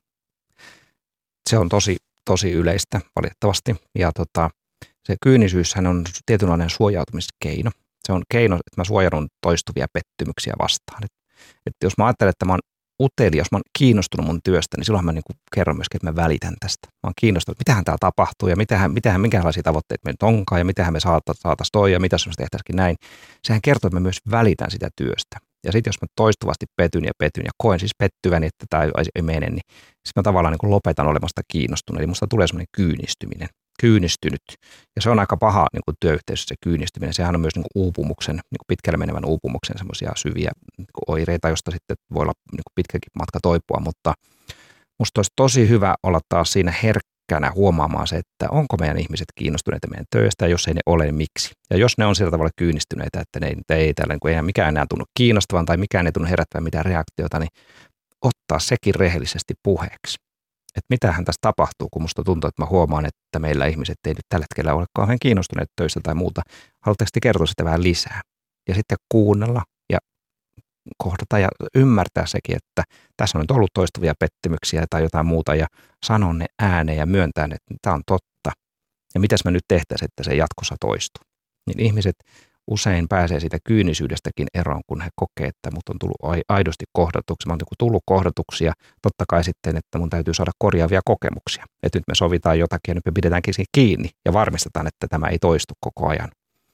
Speaker 4: Se on tosi, tosi yleistä valitettavasti ja tota, se kyynisyyshän on tietynlainen suojautumiskeino. Se on keino, että mä suojaudun toistuvia pettymyksiä vastaan. Et, että jos mä ajattelen, että mä oon utelias, mä oon kiinnostunut mun työstä, niin silloin mä niin kuin kerron myöskin, että mä välitän tästä. Mä oon kiinnostunut, että mitähän täällä tapahtuu ja mitähän, mitähän, minkälaisia tavoitteita me nyt onkaan ja mitähän me saataisiin toi ja mitä se tehtäisikin näin. Sehän kertoo, että mä myös välitän sitä työstä. Ja sitten jos mä toistuvasti petyn ja petyn ja koen siis pettyväni, että tämä ei mene, niin sitten mä tavallaan niin kuin lopetan olemasta kiinnostunut. Eli musta tulee semmoinen kyynistyminen, kyynistynyt. Ja se on aika paha niin kuin työyhteisössä se kyynistyminen. Sehän on myös niin kuin uupumuksen, niin kuin pitkälle menevän uupumuksen semmoisia syviä niin kuin oireita, joista sitten voi olla niin kuin pitkäkin matka toipua. Mutta musta olisi tosi hyvä olla taas siinä herkkänä huomaamaan se, että onko meidän ihmiset kiinnostuneita meidän töistä, ja jos ei ne ole, niin miksi. Ja jos ne on sillä tavalla kyynistyneitä, että ne ei, ei tällä, kun ei mikään enää tunnu kiinnostavan tai mikään ei tunnu herättävän mitään reaktiota, niin ottaa sekin rehellisesti puheeksi. Että mitähän tässä tapahtuu, kun musta tuntuu, että mä huomaan, että meillä ihmiset ei nyt tällä hetkellä ole kauhean kiinnostuneet töistä tai muuta. Haluatteko te kertoa sitä vähän lisää? Ja sitten kuunnella ja kohdata ja ymmärtää sekin, että tässä on nyt ollut toistuvia pettymyksiä tai jotain muuta ja sanon ne ääneen ja myöntää, että tämä on totta. Ja mitäs mä nyt tehtäisiin, että se jatkossa toistuu. Niin ihmiset usein pääsee siitä kyynisyydestäkin eroon, kun he kokee, että mut on tullut aidosti kohdatuksi. Mä oon tullut kohdatuksia, totta kai sitten, että mun täytyy saada korjaavia kokemuksia. Että nyt me sovitaan jotakin ja nyt me pidetäänkin siinä kiinni ja varmistetaan, että tämä ei toistu koko ajan.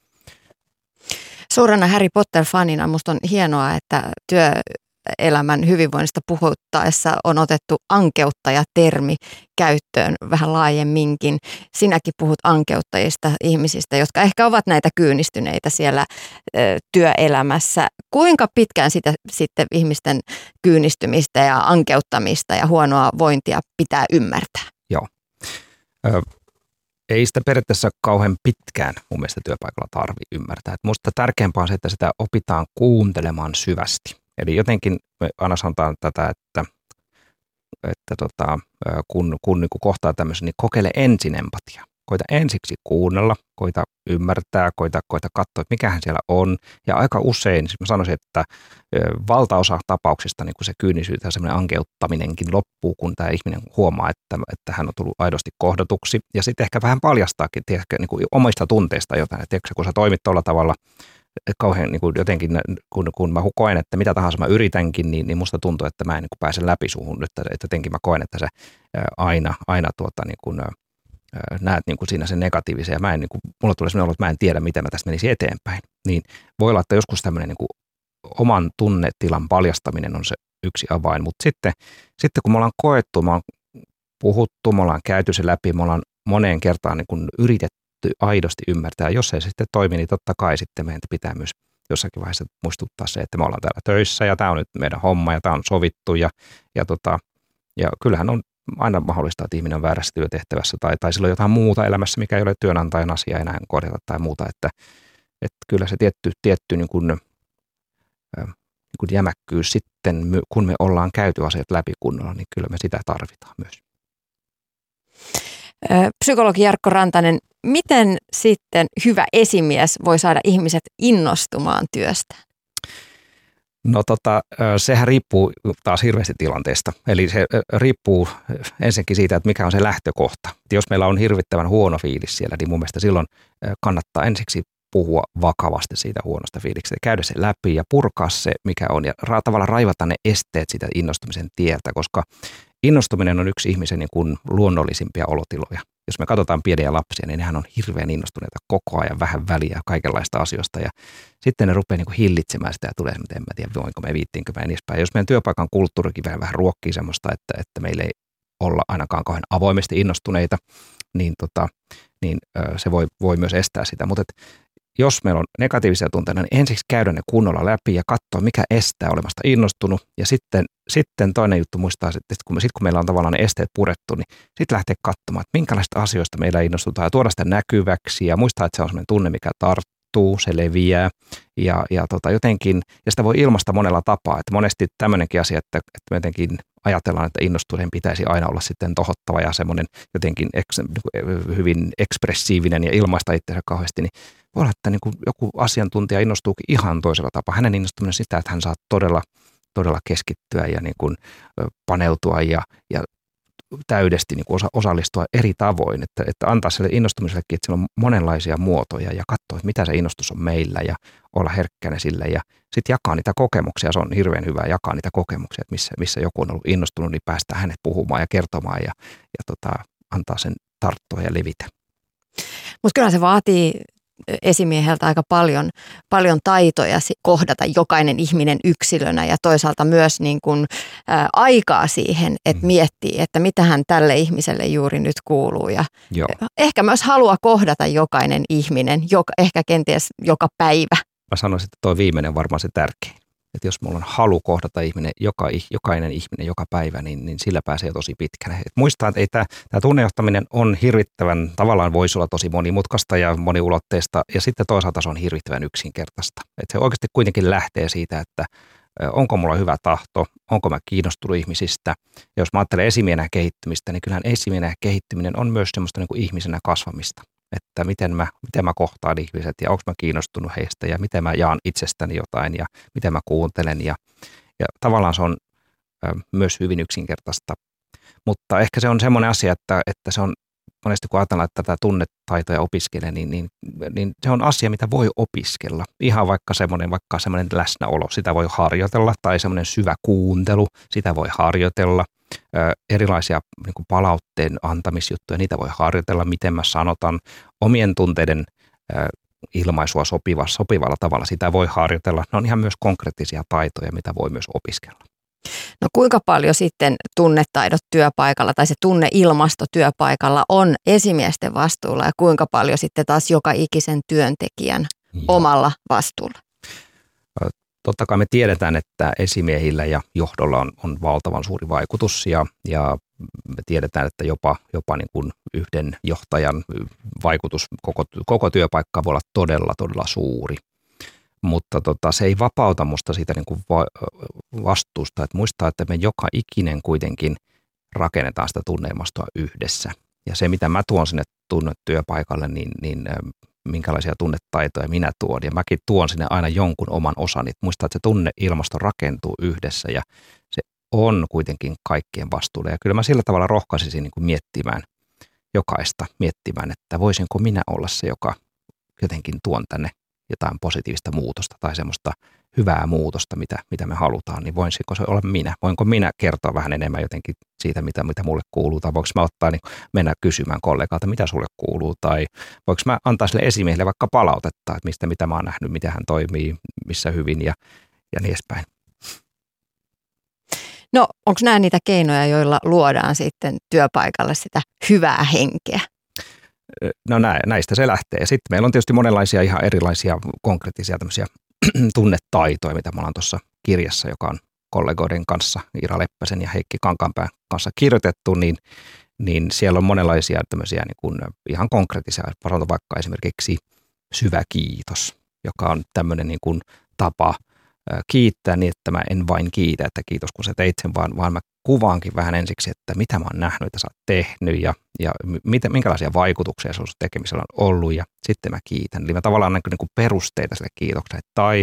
Speaker 2: Suurena Harry Potter-fanina musta on hienoa, että työelämän hyvinvoinnista puhuttaessa on otettu ankeuttaja-termi käyttöön vähän laajemminkin. Sinäkin puhut ankeuttajista ihmisistä, jotka ehkä ovat näitä kyynistyneitä siellä ö, työelämässä. Kuinka pitkään sitä sitten ihmisten kyynistymistä ja ankeuttamista ja huonoa vointia pitää ymmärtää?
Speaker 4: Joo. Ö- Ei sitä periaatteessa kauhean pitkään mun mielestä työpaikalla tarvitse ymmärtää. Et musta tärkeämpää on se, että sitä opitaan kuuntelemaan syvästi. Eli jotenkin me aina sanotaan tätä, että, että tota, kun, kun niin kohtaa tämmöisen, niin kokeile ensin empatia. Koita ensiksi kuunnella, koita ymmärtää, koita, koita katsoa, että mikähän siellä on. Ja aika usein, siis mä sanoisin, että valtaosa tapauksista niin kun se kyynisyys ja semmoinen ankeuttaminenkin loppuu, kun tämä ihminen huomaa, että, että hän on tullut aidosti kohdatuksi. Ja sitten ehkä vähän paljastaakin tiedätkö, niin kuin omista tunteista jotain. Että tiedätkö, kun sä toimit tuolla tavalla, kauhean niin kuin jotenkin, kun, kun mä koen, että mitä tahansa mä yritänkin, niin, niin musta tuntuu, että mä en niin kuin pääse läpi suhun. Että, että jotenkin mä koen, että se aina, aina tuota, niin kuin, näet niin kuin siinä sen negatiivisen ja mä en, niin kuin, mulla tulee sellainen olo, että mä en tiedä, miten mä tästä menisi eteenpäin. Niin voi olla, että joskus tämmöinen niin kuin oman tunnetilan paljastaminen on se yksi avain, mutta sitten, sitten kun me ollaan koettu, me ollaan puhuttu, me ollaan käyty se läpi, me ollaan moneen kertaan niin kuin yritetty aidosti ymmärtää, jos ei se sitten toimi, niin totta kai sitten meidän pitää myös jossakin vaiheessa muistuttaa se, että me ollaan täällä töissä ja tämä on nyt meidän homma ja tämä on sovittu ja, ja, tota, ja kyllähän on aina mahdollista, että ihminen on väärässä työtehtävässä tai, tai sillä on jotain muuta elämässä, mikä ei ole työnantajan asia enää korjata tai muuta, että, että kyllä se tietty, tietty niin kuin, niin kuin jämäkkyys sitten, kun me ollaan käyty asiat läpi kunnolla, niin kyllä me sitä tarvitaan myös.
Speaker 2: Psykologi Jarkko Rantanen, miten sitten hyvä esimies voi saada ihmiset innostumaan työstään?
Speaker 4: No tota, sehän riippuu taas hirveästi tilanteesta. Eli se riippuu ensinnäkin siitä, että mikä on se lähtökohta. Jos meillä on hirvittävän huono fiilis siellä, niin mun mielestä silloin kannattaa ensiksi puhua vakavasti siitä huonosta fiiliksestä, käydä se läpi ja purkaa se, mikä on, ja ra- tavallaan raivata ne esteet siitä innostumisen tieltä, koska innostuminen on yksi ihmisen niin kuin luonnollisimpia olotiloja. Jos me katsotaan pieniä lapsia, niin nehän on hirveän innostuneita koko ajan, vähän väliä kaikenlaista asioista, ja sitten ne rupeaa niin kuin hillitsemään sitä ja tulee, että en mä tiedä, voinko me viittiinkö mä edespäin. Jos meidän työpaikan kulttuurikin vähän, vähän ruokkii semmoista, että, että meillä ei olla ainakaan kauhean avoimesti innostuneita, niin, tota, niin se voi, voi myös estää sitä, mutta jos meillä on negatiivisia tunteita, niin ensiksi käydä ne kunnolla läpi ja katsoa, mikä estää olemasta innostunut. Ja sitten, sitten toinen juttu muistaa, että sit kun, sit kun meillä on tavallaan ne esteet purettu, niin sitten lähtee katsomaan, että minkälaista asioista meillä innostutaan ja tuoda sitä näkyväksi ja muistaa, että se on sellainen tunne, mikä tarttuu, se leviää ja, ja tota, jotenkin, ja sitä voi ilmaista monella tapaa. Että monesti tämmöinenkin asia, että, että me jotenkin ajatellaan, että innostuneen pitäisi aina olla sitten tohottava ja semmoinen jotenkin eks, hyvin ekspressiivinen ja ilmaista itseänsä kauheasti, niin voi olla, että niin kuin joku asiantuntija innostuukin ihan toisella tapaa. Hänen innostuminen sitä, että hän saa todella, todella keskittyä ja niin kuin paneutua ja, ja täydesti niin kuin osa, osallistua eri tavoin. Että, että antaa sille innostumisellekin, että sillä on monenlaisia muotoja ja katsoa, että mitä se innostus on meillä ja olla herkkänä sille. Ja sitten jakaa niitä kokemuksia. Se on hirveän hyvä jakaa niitä kokemuksia, että missä, missä joku on ollut innostunut, niin päästään hänet puhumaan ja kertomaan ja, ja tota, antaa sen tarttua ja levitä.
Speaker 2: Mutta kyllä se vaatii esimieheltä aika paljon, paljon taitoja kohdata jokainen ihminen yksilönä ja toisaalta myös niin kuin, ä, aikaa siihen, että miettii, että mitähän tälle ihmiselle juuri nyt kuuluu. Ja ehkä myös halua kohdata jokainen ihminen, joka, ehkä kenties joka päivä.
Speaker 4: Mä sanoisin, että tuo viimeinen on varmaan se tärkein. Että jos mulla on halu kohdata ihminen, joka, jokainen ihminen joka päivä, niin, niin sillä pääsee tosi pitkälle. Et muistaa, että ei tämä, tämä tunnejohtaminen on hirvittävän, tavallaan voisi olla tosi monimutkaista ja moniulotteista, ja sitten toisaalta se on hirvittävän yksinkertaista. Et se oikeasti kuitenkin lähtee siitä, että onko mulla hyvä tahto, onko mä kiinnostunut ihmisistä. Ja jos mä ajattelen esimiehenä kehittymistä, niin kyllähän esimiehenä kehittyminen on myös semmoista niin kuin ihmisenä kasvamista. Että miten mä, miten mä kohtaan ihmiset ja onko mä kiinnostunut heistä ja miten mä jaan itsestäni jotain ja miten mä kuuntelen. Ja, ja tavallaan se on ö, myös hyvin yksinkertaista. Mutta ehkä se on semmoinen asia, että, että se on monesti kun ajatellaan, että tätä tunnetaitoja opiskelee, niin, niin, niin se on asia, mitä voi opiskella. Ihan vaikka semmoinen, vaikka semmoinen läsnäolo, sitä voi harjoitella, tai semmoinen syvä kuuntelu, sitä voi harjoitella. Ö, erilaisia niin kuin palautteen antamisjuttuja, niitä voi harjoitella, miten mä sanotan omien tunteiden ö, ilmaisua sopiva, sopivalla tavalla, sitä voi harjoitella. Ne on ihan myös konkreettisia taitoja, mitä voi myös opiskella.
Speaker 2: No kuinka paljon sitten tunnetaidot työpaikalla tai se tunneilmasto työpaikalla on esimiesten vastuulla ja kuinka paljon sitten taas joka ikisen työntekijän Joo. omalla vastuulla?
Speaker 4: Totta kai me tiedetään, että esimiehillä ja johdolla on, on valtavan suuri vaikutus ja, ja me tiedetään, että jopa, jopa niin kuin yhden johtajan vaikutus koko, koko työpaikkaan voi olla todella, todella suuri. Mutta tota, se ei vapauta musta siitä niin kuin va- vastuusta, että muistaa, että me joka ikinen kuitenkin rakennetaan sitä tunneilmastoa yhdessä. Ja se, mitä mä tuon sinne tunnetyöpaikalle, niin, niin minkälaisia tunnetaitoja minä tuon. Ja mäkin tuon sinne aina jonkun oman osani. Muistaa, että se tunneilmasto rakentuu yhdessä ja se on kuitenkin kaikkien vastuulla. Ja kyllä mä sillä tavalla rohkaisisin niin kuin miettimään jokaista, miettimään, että voisinko minä olla se, joka jotenkin tuon tänne jotain positiivista muutosta tai semmoista hyvää muutosta, mitä, mitä me halutaan, niin voisinko se olla minä? Voinko minä kertoa vähän enemmän jotenkin siitä, mitä, mitä mulle kuuluu, tai voinko mä ottaa, niin mennä kysymään kollegalta, mitä sulle kuuluu, tai voinko mä antaa sille esimiehelle vaikka palautetta, että mistä, mitä mä oon nähnyt, miten hän toimii, missä hyvin ja, ja niin edespäin.
Speaker 2: No, onko nämä niitä keinoja, joilla luodaan sitten työpaikalle sitä hyvää henkeä?
Speaker 4: No näistä se lähtee. Sitten meillä on tietysti monenlaisia ihan erilaisia konkreettisia tämmöisiä tunnetaitoja, mitä me ollaan tuossa kirjassa, joka on kollegoiden kanssa, Ira Leppäsen ja Heikki Kankaanpään kanssa kirjoitettu, niin, niin siellä on monenlaisia tämmöisiä niin kuin ihan konkreettisia, vaikka esimerkiksi syvä kiitos, joka on tämmöinen niin kuin tapa kiittää niin, että mä en vain kiitä, että kiitos kun sä teit sen, vaan, vaan mä kuvaankin vähän ensiksi, että mitä mä oon nähnyt, mitä sä oot tehnyt ja, ja miten, minkälaisia vaikutuksia se on tekemisellä on ollut ja sitten mä kiitän. Eli mä tavallaan näen niin kuin perusteita sille kiitokselle tai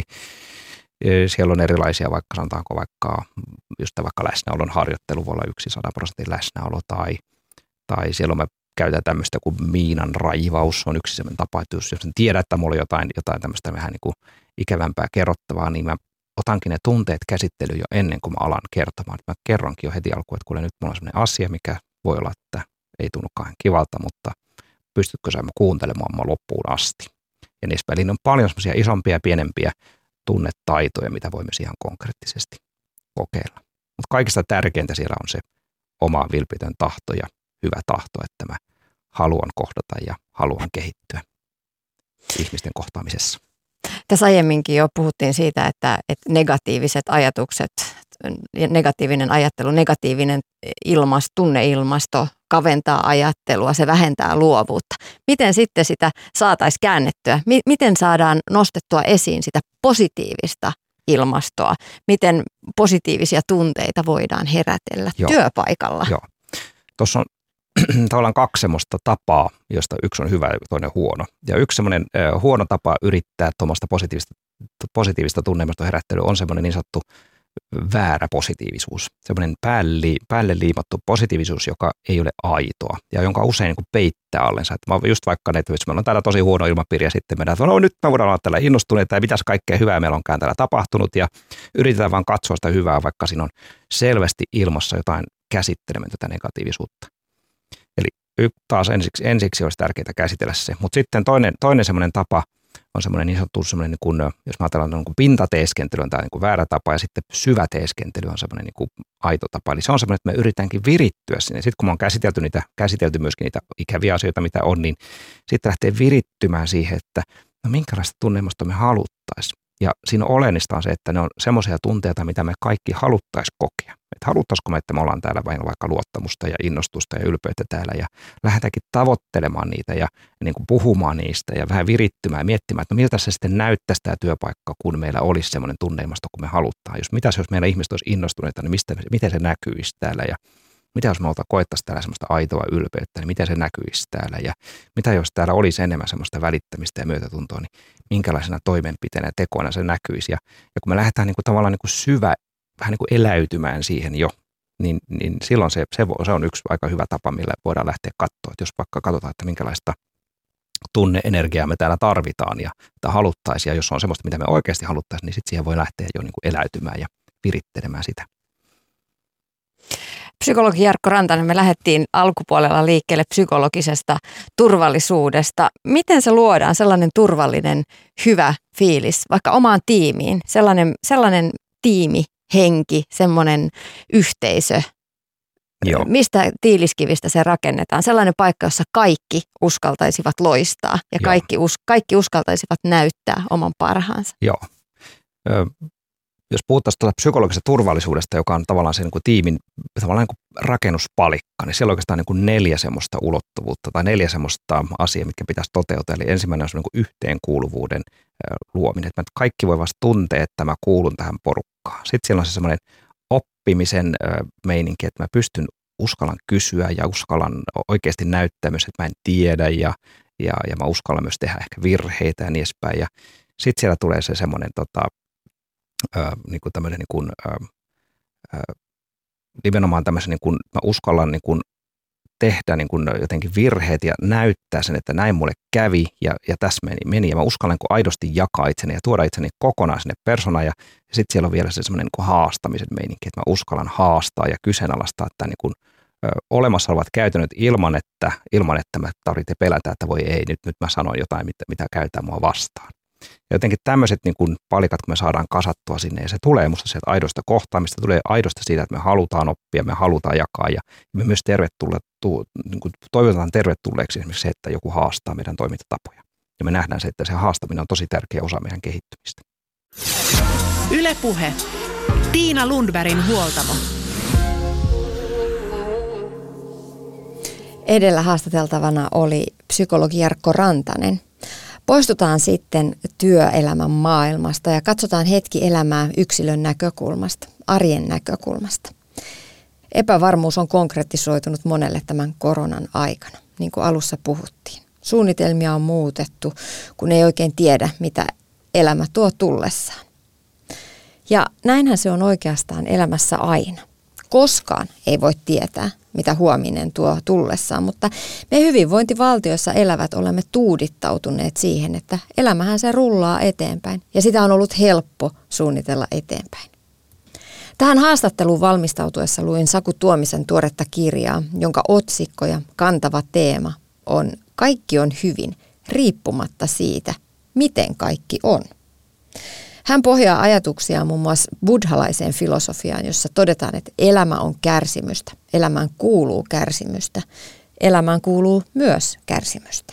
Speaker 4: siellä on erilaisia, vaikka sanotaanko vaikka, just vaikka läsnäolon harjoittelu voi olla yksi sata prosentin läsnäolo tai, tai siellä on, mä käytän tämmöistä kuin miinan raivaus, on yksi sellainen tapa, että jos, jos en tiedä, että mulla on jotain, jotain tämmöistä vähän niin kuin ikävämpää kerrottavaa, niin mä otankin ne tunteet käsittelyyn jo ennen kuin mä alan kertomaan. Mä kerronkin jo heti alkuun, että kuule nyt mulla on sellainen asia, mikä voi olla, että ei tunnukaan kivalta, mutta pystytkö sä kuuntelemaan mua loppuun asti. Ja niissä väliin on paljon semmoisia isompia ja pienempiä tunnetaitoja, mitä voimme ihan konkreettisesti kokeilla. Mutta kaikista tärkeintä siellä on se oma vilpitön tahto ja hyvä tahto, että mä haluan kohdata ja haluan kehittyä ihmisten kohtaamisessa.
Speaker 2: Tässä aiemminkin jo puhuttiin siitä, että, että negatiiviset ajatukset, negatiivinen ajattelu, negatiivinen ilmasto, tunneilmasto kaventaa ajattelua, se vähentää luovuutta. Miten sitten sitä saataisiin käännettyä? Miten saadaan nostettua esiin sitä positiivista ilmastoa? Miten positiivisia tunteita voidaan herätellä Joo. työpaikalla?
Speaker 4: Joo. Tuossa on tavallaan kaksi semmoista tapaa, josta yksi on hyvä ja toinen huono. Ja yksi semmoinen äh, huono tapa yrittää tuommoista positiivista, positiivista tunneilmaston herättelyä on semmoinen niin sanottu väärä positiivisuus. Semmoinen päälle, päälle liimattu positiivisuus, joka ei ole aitoa ja jonka usein niin kuin peittää allensa. Että mä just vaikka ne, että meillä on täällä tosi huono ilmapiiri ja sitten meidän, että no nyt me voidaan olla täällä innostuneita ja mitäs kaikkea hyvää meillä onkaan täällä tapahtunut ja yritetään vaan katsoa sitä hyvää, vaikka siinä on selvästi ilmassa jotain käsittelemätöntä negatiivisuutta. Eli taas ensiksi, ensiksi olisi tärkeää käsitellä se, mutta sitten toinen, toinen semmoinen tapa on semmoinen niin sanottu semmoinen, niin kuin, jos mä ajatellaan niin kuin pintateeskentely on tämä niin kuin väärä tapa ja sitten syväteeskentely on semmoinen niin kuin aito tapa. Eli se on semmoinen, että me yritäänkin virittyä sinne. Sitten kun me on käsitelty, niitä, käsitelty myöskin niitä ikäviä asioita, mitä on, niin sitten lähtee virittymään siihen, että no minkälaista tunneilmastoa me haluttaisiin. Ja siinä oleellista on se, että ne on semmoisia tunteita, mitä me kaikki haluttaisiin kokea. Että haluttaisiko me, että me ollaan täällä vain vaikka luottamusta ja innostusta ja ylpeyttä täällä ja lähdetäänkin tavoittelemaan niitä ja niin kuin puhumaan niistä ja vähän virittymään ja miettimään, että no miltä se sitten näyttäisi tämä työpaikka, kun meillä olisi semmoinen tunneilmasto, kun me halutaan. Jos mitä jos meillä ihmiset olisi innostuneita, niin mistä, miten se näkyisi täällä ja mitä jos me koettaisiin täällä semmoista aitoa ylpeyttä, niin miten se näkyisi täällä ja mitä jos täällä olisi enemmän semmoista välittämistä ja myötätuntoa, niin minkälaisena toimenpiteenä ja tekoina se näkyisi. Ja, ja kun me lähdetään niin kuin tavallaan niin kuin syvä, vähän niin kuin eläytymään siihen jo, niin, niin silloin se, se, se on yksi aika hyvä tapa, millä voidaan lähteä katsoa. Että jos vaikka katsotaan, että minkälaista tunne-energiaa me täällä tarvitaan ja että haluttaisiin, ja jos on semmoista, mitä me oikeasti haluttaisiin, niin sitten siihen voi lähteä jo niin kuin eläytymään ja virittelemään sitä.
Speaker 2: Psykologi Jarkko Rantanen, me lähdettiin alkupuolella liikkeelle psykologisesta turvallisuudesta. Miten se luodaan sellainen turvallinen, hyvä fiilis vaikka omaan tiimiin? Sellainen, sellainen tiimihenki, semmoinen yhteisö. Joo. Mistä tiiliskivistä se rakennetaan? Sellainen paikka, jossa kaikki uskaltaisivat loistaa ja kaikki, us, kaikki uskaltaisivat näyttää oman parhaansa.
Speaker 4: Joo. Ö- Jos puhuttaisiin tuota psykologisesta turvallisuudesta, joka on tavallaan se niin kuin tiimin tavallaan niin kuin rakennuspalikka, niin siellä on oikeastaan niin kuin neljä semmoista ulottuvuutta tai neljä semmoista asiaa, mitkä pitäisi toteuttaa. Eli ensimmäinen on se niin kuin yhteenkuuluvuuden luominen, että kaikki voi vasta tuntea, että mä kuulun tähän porukkaan. Sitten siellä on se semmoinen oppimisen meininki, että mä pystyn uskallan kysyä ja uskallan oikeasti näyttää myös, että mä en tiedä ja, ja, ja mä uskallan myös tehdä ehkä virheitä ja niin edespäin. Ja sitten siellä tulee se semmoinen tota, Äh, niin kuin tämmöinen niin kuin, äh, äh, nimenomaan tämmöisen niin kuin, mä uskallan niin kuin tehdä niin kuin jotenkin virheet ja näyttää sen, että näin mulle kävi ja, ja tässä meni, meni. Ja mä uskallan niin kuin aidosti jakaa itseni ja tuoda itseni kokonaan sinne persoonaan. Ja, ja sitten siellä on vielä se semmoinen niin kuin haastamisen meininki, että mä uskallan haastaa ja kyseenalaistaa tämän niin kuin, ö, olemassa olevat käytännöt ilman, että, ilman, että mä tarvitsen pelätä, että voi ei, nyt, nyt mä sanon jotain, mitä, mitä käytetään mua vastaan. Ja jotenkin tämmöiset niin kuin palikat, kun me saadaan kasattua sinne, ja se tulee musta sieltä aidosta kohtaamista, tulee aidosta siitä, että me halutaan oppia, me halutaan jakaa, ja me myös tervetulle, tu, niin kuin toivotetaan tervetulleeksi esimerkiksi se, että joku haastaa meidän toimintatapoja. Ja me nähdään se, että se haastaminen on tosi tärkeä osa meidän kehittymistä.
Speaker 1: Yle Puhe. Tiina Lundbergin huoltamo.
Speaker 2: Edellä haastateltavana oli psykologi Jarkko Rantanen. Poistutaan sitten työelämän maailmasta ja katsotaan hetki elämää yksilön näkökulmasta, arjen näkökulmasta. Epävarmuus on konkretisoitunut monelle tämän koronan aikana, niin kuin alussa puhuttiin. Suunnitelmia on muutettu, kun ei oikein tiedä, mitä elämä tuo tullessaan. Ja näinhän se on oikeastaan elämässä aina. Koskaan ei voi tietää, mitä huominen tuo tullessaan, mutta me hyvinvointivaltioissa elävät olemme tuudittautuneet siihen, että elämähän se rullaa eteenpäin ja sitä on ollut helppo suunnitella eteenpäin. Tähän haastatteluun valmistautuessa luin Saku Tuomisen tuoretta kirjaa, jonka otsikko ja kantava teema on Kaikki on hyvin, riippumatta siitä, miten kaikki on. Hän pohjaa ajatuksiaan muun muassa buddhalaiseen filosofiaan, jossa todetaan, että elämä on kärsimystä, elämään kuuluu kärsimystä, elämään kuuluu myös kärsimystä.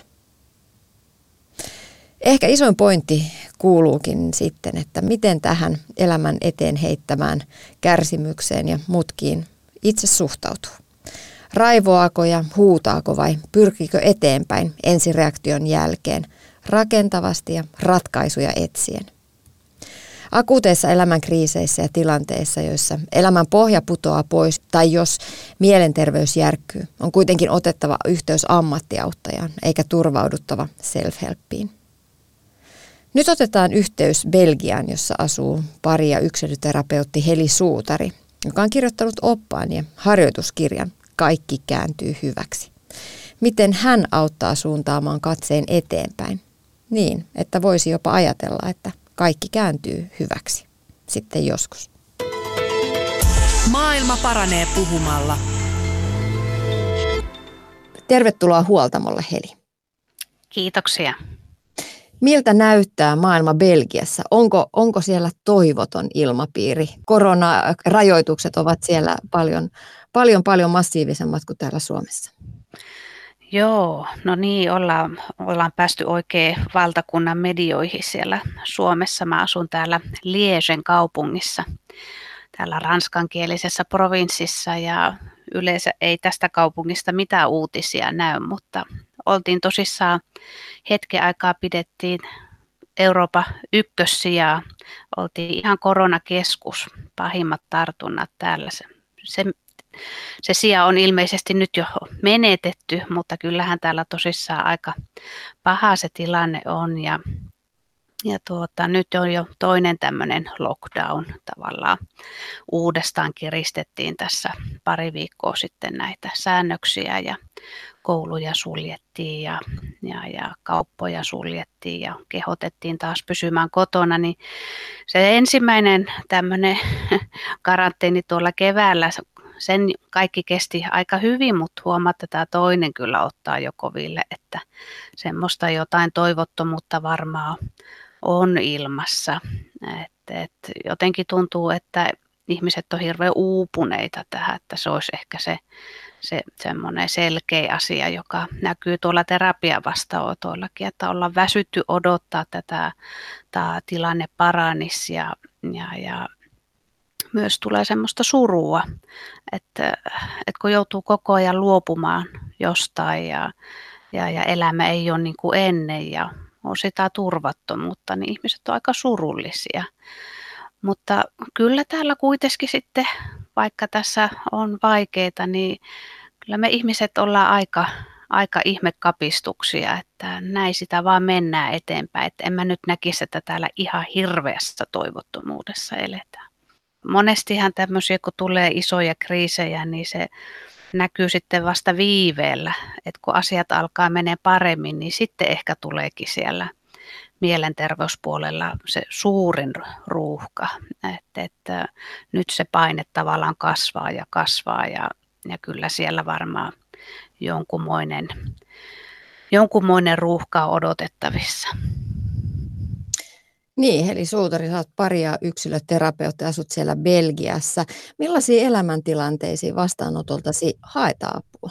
Speaker 2: Ehkä isoin pointti kuuluukin sitten, että miten tähän elämän eteen heittämään kärsimykseen ja mutkiin itse suhtautuu. Raivoako ja huutaako vai pyrkikö eteenpäin ensireaktion jälkeen rakentavasti ja ratkaisuja etsien? Akuuteissa elämänkriiseissä ja tilanteissa, joissa elämän pohja putoaa pois tai jos mielenterveys järkkyy, on kuitenkin otettava yhteys ammattiauttajaan eikä turvauduttava self-helppiin. Nyt otetaan yhteys Belgiaan, jossa asuu pari- ja yksilöterapeutti Heli Suutari, joka on kirjoittanut oppaan ja harjoituskirjan Kaikki kääntyy hyväksi. Miten hän auttaa suuntaamaan katseen eteenpäin niin, että voisi jopa ajatella, että kaikki kääntyy hyväksi sitten joskus.
Speaker 1: Maailma paranee puhumalla.
Speaker 2: Tervetuloa Huoltamolle, Heli.
Speaker 3: Kiitoksia.
Speaker 2: Miltä näyttää maailma Belgiassa? Onko, onko siellä toivoton ilmapiiri? Koronarajoitukset ovat siellä paljon, paljon, paljon massiivisemmat kuin täällä Suomessa.
Speaker 3: Joo, no niin, ollaan, ollaan päästy oikein valtakunnan medioihin siellä Suomessa. Mä asun täällä Liegen kaupungissa, täällä ranskankielisessä provinssissa ja yleensä ei tästä kaupungista mitään uutisia näy, mutta oltiin tosissaan hetken aikaa pidettiin Euroopan ykkössijaa, oltiin ihan koronakeskus, pahimmat tartunnat täällä. Se, se, se sija on ilmeisesti nyt jo menetetty, mutta kyllähän täällä tosissaan aika paha se tilanne on ja, ja tuota, nyt on jo toinen tämmöinen lockdown tavallaan. Uudestaan kiristettiin tässä pari viikkoa sitten näitä säännöksiä ja kouluja suljettiin ja, ja, ja kauppoja suljettiin ja kehotettiin taas pysymään kotona, niin se ensimmäinen tämmöinen karanteeni tuolla keväällä, sen kaikki kesti aika hyvin, mutta huomaatte, että tämä toinen kyllä ottaa jo koville, että semmoista jotain toivottomuutta varmaan on ilmassa. Et, et jotenkin tuntuu, että ihmiset on hirveän uupuneita tähän, että se olisi ehkä se, se semmoinen selkeä asia, joka näkyy tuolla terapiavastaanotoillakin, että ollaan väsytty odottaa tätä, tämä tilanne paranisi ja, ja, ja myös tulee semmoista surua, että, että kun joutuu koko ajan luopumaan jostain ja, ja, ja elämä ei ole niin kuin ennen ja on sitä turvattomuutta, niin ihmiset on aika surullisia. Mutta kyllä täällä kuitenkin sitten, vaikka tässä on vaikeaa, niin kyllä me ihmiset ollaan aika, aika ihmekapistuksia, että näin sitä vaan mennään eteenpäin. Että en mä nyt näkisi, että täällä ihan hirveässä toivottomuudessa eletään. Monestihan tämmöisiä, kun tulee isoja kriisejä, niin se näkyy sitten vasta viiveellä. Että kun asiat alkaa menee paremmin, niin sitten ehkä tuleekin siellä mielenterveyspuolella se suurin ruuhka, että, että nyt se paine tavallaan kasvaa ja kasvaa ja, ja kyllä siellä varmaan jonkunmoinen, jonkunmoinen ruuhka on odotettavissa.
Speaker 2: Niin, eli Suutari, sä oot pari- ja yksilöterapeutti, asut siellä Belgiassa. Millaisiin elämäntilanteisiin vastaanotoltasi haetaan apua?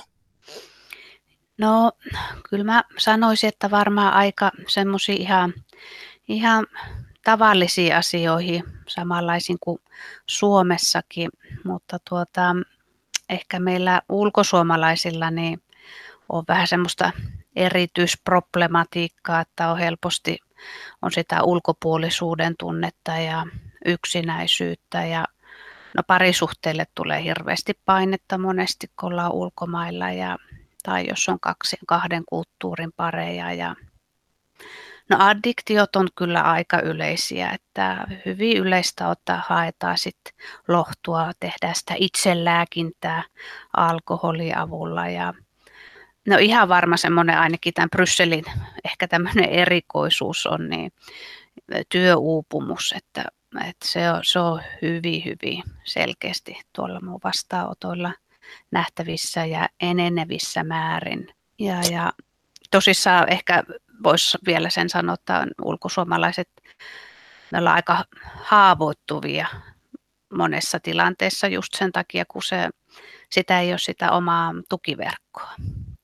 Speaker 3: No kyllä mä sanoisin, että varmaan aika semmoisia ihan, ihan tavallisiin asioihin, samanlaisiin kuin Suomessakin, mutta tuota, ehkä meillä ulkosuomalaisilla niin on vähän semmoista erityisproblematiikkaa, että on helposti on sitä ulkopuolisuuden tunnetta ja yksinäisyyttä ja no parisuhteelle tulee hirveästi painetta monesti, kun ollaan ulkomailla ja, tai jos on kaksi, kahden kulttuurin pareja. Ja, no addiktiot on kyllä aika yleisiä, että hyvin yleistä ottaa, haetaan sitten lohtua, tehdään sitä itselääkintää alkoholin avulla ja no ihan varma semmoinen ainakin tämän Brysselin ehkä tämmöinen erikoisuus on niin työuupumus, että, että se, on, se on hyvin, hyvin selkeästi tuolla mun vastaanotoilla nähtävissä ja enenevissä määrin. Ja, ja tosissaan ehkä voisi vielä sen sanoa, että ulkosuomalaiset, me ollaan aika haavoittuvia monessa tilanteessa just sen takia, kun se, sitä ei ole sitä omaa tukiverkkoa.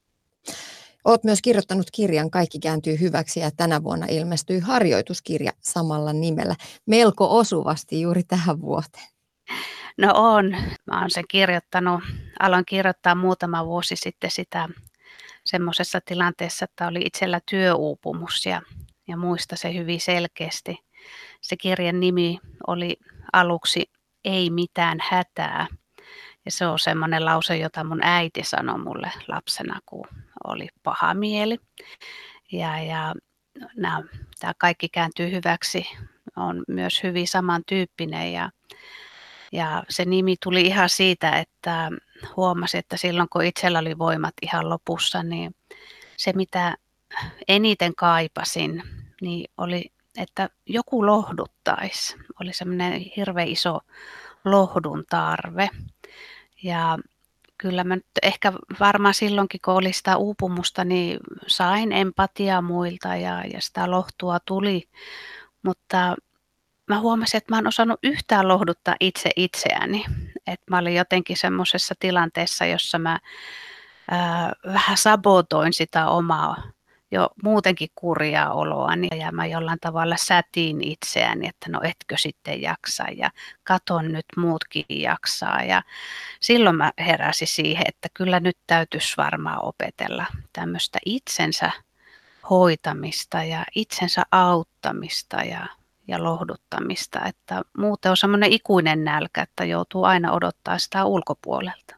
Speaker 2: Olet myös kirjoittanut kirjan Kaikki kääntyy hyväksi ja tänä vuonna ilmestyi harjoituskirja samalla nimellä. Melko osuvasti juuri tähän vuoteen.
Speaker 3: No on. Mä oon sen kirjoittanut. Aloin kirjoittaa muutama vuosi sitten sitä semmoisessa tilanteessa, että oli itsellä työuupumus ja, ja muista se hyvin selkeästi. Se kirjan nimi oli aluksi Ei mitään hätää. Ja se on semmoinen lause, jota mun äiti sanoi mulle lapsena, kun oli paha mieli. Ja, ja tämä Kaikki kääntyy hyväksi on myös hyvin samantyyppinen. Ja, ja se nimi tuli ihan siitä, että huomasin, että silloin kun itsellä oli voimat ihan lopussa, niin se mitä eniten kaipasin, niin oli, että joku lohduttaisi. Oli semmoinen hirveän iso lohdun tarve. Ja kyllä mä nyt ehkä varmaan silloinkin, kun oli sitä uupumusta, niin sain empatiaa muilta ja, ja sitä lohtua tuli. Mutta mä huomasin, että mä en osannut yhtään lohduttaa itse itseäni. Että mä olin jotenkin semmoisessa tilanteessa, jossa mä ää, vähän sabotoin sitä omaa jo muutenkin kurjaa oloani ja mä jollain tavalla sätiin itseäni, että no etkö sitten jaksa ja katon nyt muutkin jaksaa ja silloin mä heräsin siihen, että kyllä nyt täytyisi varmaan opetella tämmöistä itsensä hoitamista ja itsensä auttamista ja, ja lohduttamista, että muuten on semmoinen ikuinen nälkä, että joutuu aina odottaa sitä ulkopuolelta.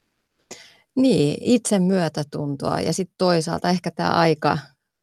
Speaker 2: Niin, itse myötätuntoa ja sitten toisaalta ehkä tämä aika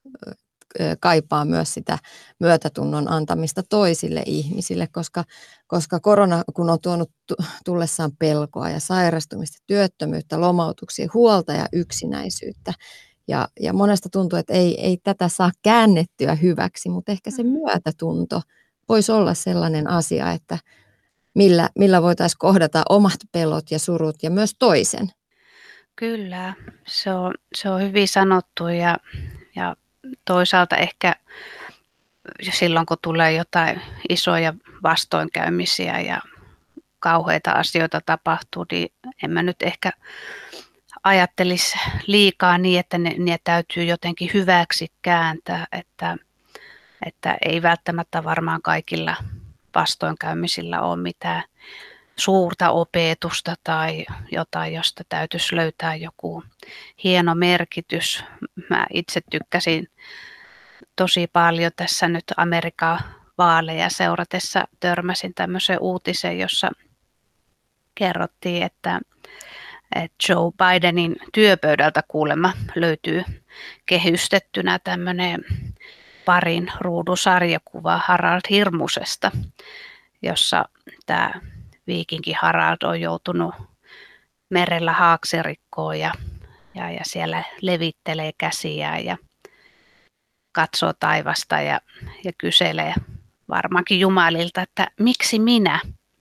Speaker 2: kaipaa myös sitä myötätunnon antamista toisille ihmisille, koska, koska korona kun on tuonut tullessaan pelkoa ja sairastumista, työttömyyttä, lomautuksia, huolta ja yksinäisyyttä. Ja, ja monesta tuntuu, että ei, ei tätä saa käännettyä hyväksi, mutta ehkä se myötätunto voisi olla sellainen asia, että millä, millä voitaisiin kohdata omat pelot ja surut ja myös toisen.
Speaker 3: Kyllä, se on, se on hyvin sanottu ja, ja toisaalta ehkä silloin, kun tulee jotain isoja vastoinkäymisiä ja kauheita asioita tapahtuu, niin en mä nyt ehkä ajattelisi liikaa niin, että ne, ne täytyy jotenkin hyväksi kääntää, että, että ei välttämättä varmaan kaikilla vastoinkäymisillä ole mitään suurta opetusta tai jotain, josta täytyisi löytää joku hieno merkitys. Mä itse tykkäsin tosi paljon tässä nyt Amerikan vaaleja seuratessa, törmäsin tämmöiseen uutiseen, jossa kerrottiin, että, että Joe Bidenin työpöydältä kuulemma löytyy kehystettynä tämmöinen parin ruudun sarjakuva Harald Hirmusesta, jossa tämä viikinki Harald on joutunut merellä haaksirikkoon ja, ja, ja siellä levittelee käsiään ja katsoo taivasta ja, ja kyselee varmaankin Jumalilta, että miksi minä?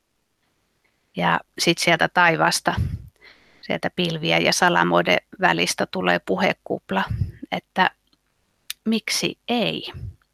Speaker 3: Ja sitten sieltä taivaasta, sieltä pilviä ja salamoiden välistä tulee puhekupla, että miksi ei?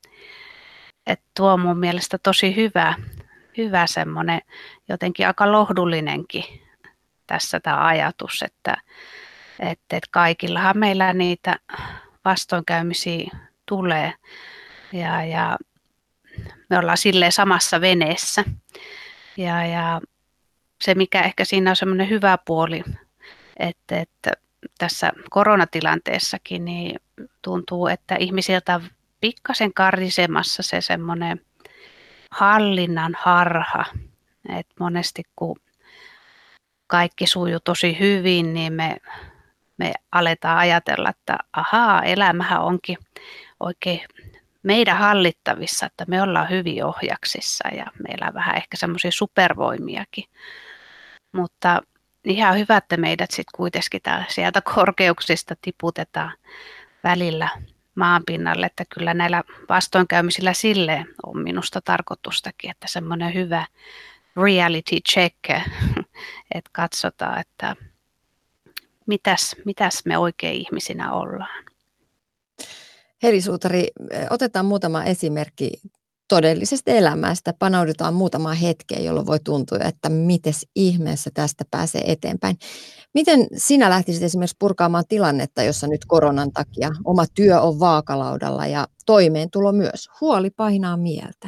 Speaker 3: Et tuo on mun mielestä tosi hyvä, hyvä semmoinen jotenkin aika lohdullinenkin tässä tämä ajatus, että, että, että kaikillahan meillä niitä vastoinkäymisiä tulee ja, ja me ollaan silleen samassa veneessä ja, ja se mikä ehkä siinä on semmoinen hyvä puoli, että, että tässä koronatilanteessakin, niin tuntuu, että ihmisiltä on pikkasen karisemassa se semmoinen hallinnan harha. Et monesti kun kaikki sujuu tosi hyvin, niin me, me aletaan ajatella, että ahaa, elämähän onkin oikein meidän hallittavissa, että me ollaan hyvin ohjaksissa ja meillä on vähän ehkä semmoisia supervoimiakin. Mutta ihan hyvä, että meidät sitten kuitenkin sieltä korkeuksista tiputetaan välillä maanpinnalle, että kyllä näillä vastoinkäymisillä silleen on minusta tarkoitustakin, että semmoinen hyvä reality check, että katsotaan, että mitäs, mitäs me oikein ihmisinä ollaan.
Speaker 2: Heli Suutari, otetaan muutama esimerkki todellisesta elämästä. Panaudutaan muutamaan hetkeen, jolloin voi tuntua, että mites ihmeessä tästä pääsee eteenpäin. Miten sinä lähtisit esimerkiksi purkaamaan tilannetta, jossa nyt koronan takia oma työ on vaakalaudalla ja toimeentulo myös? Huoli painaa mieltä.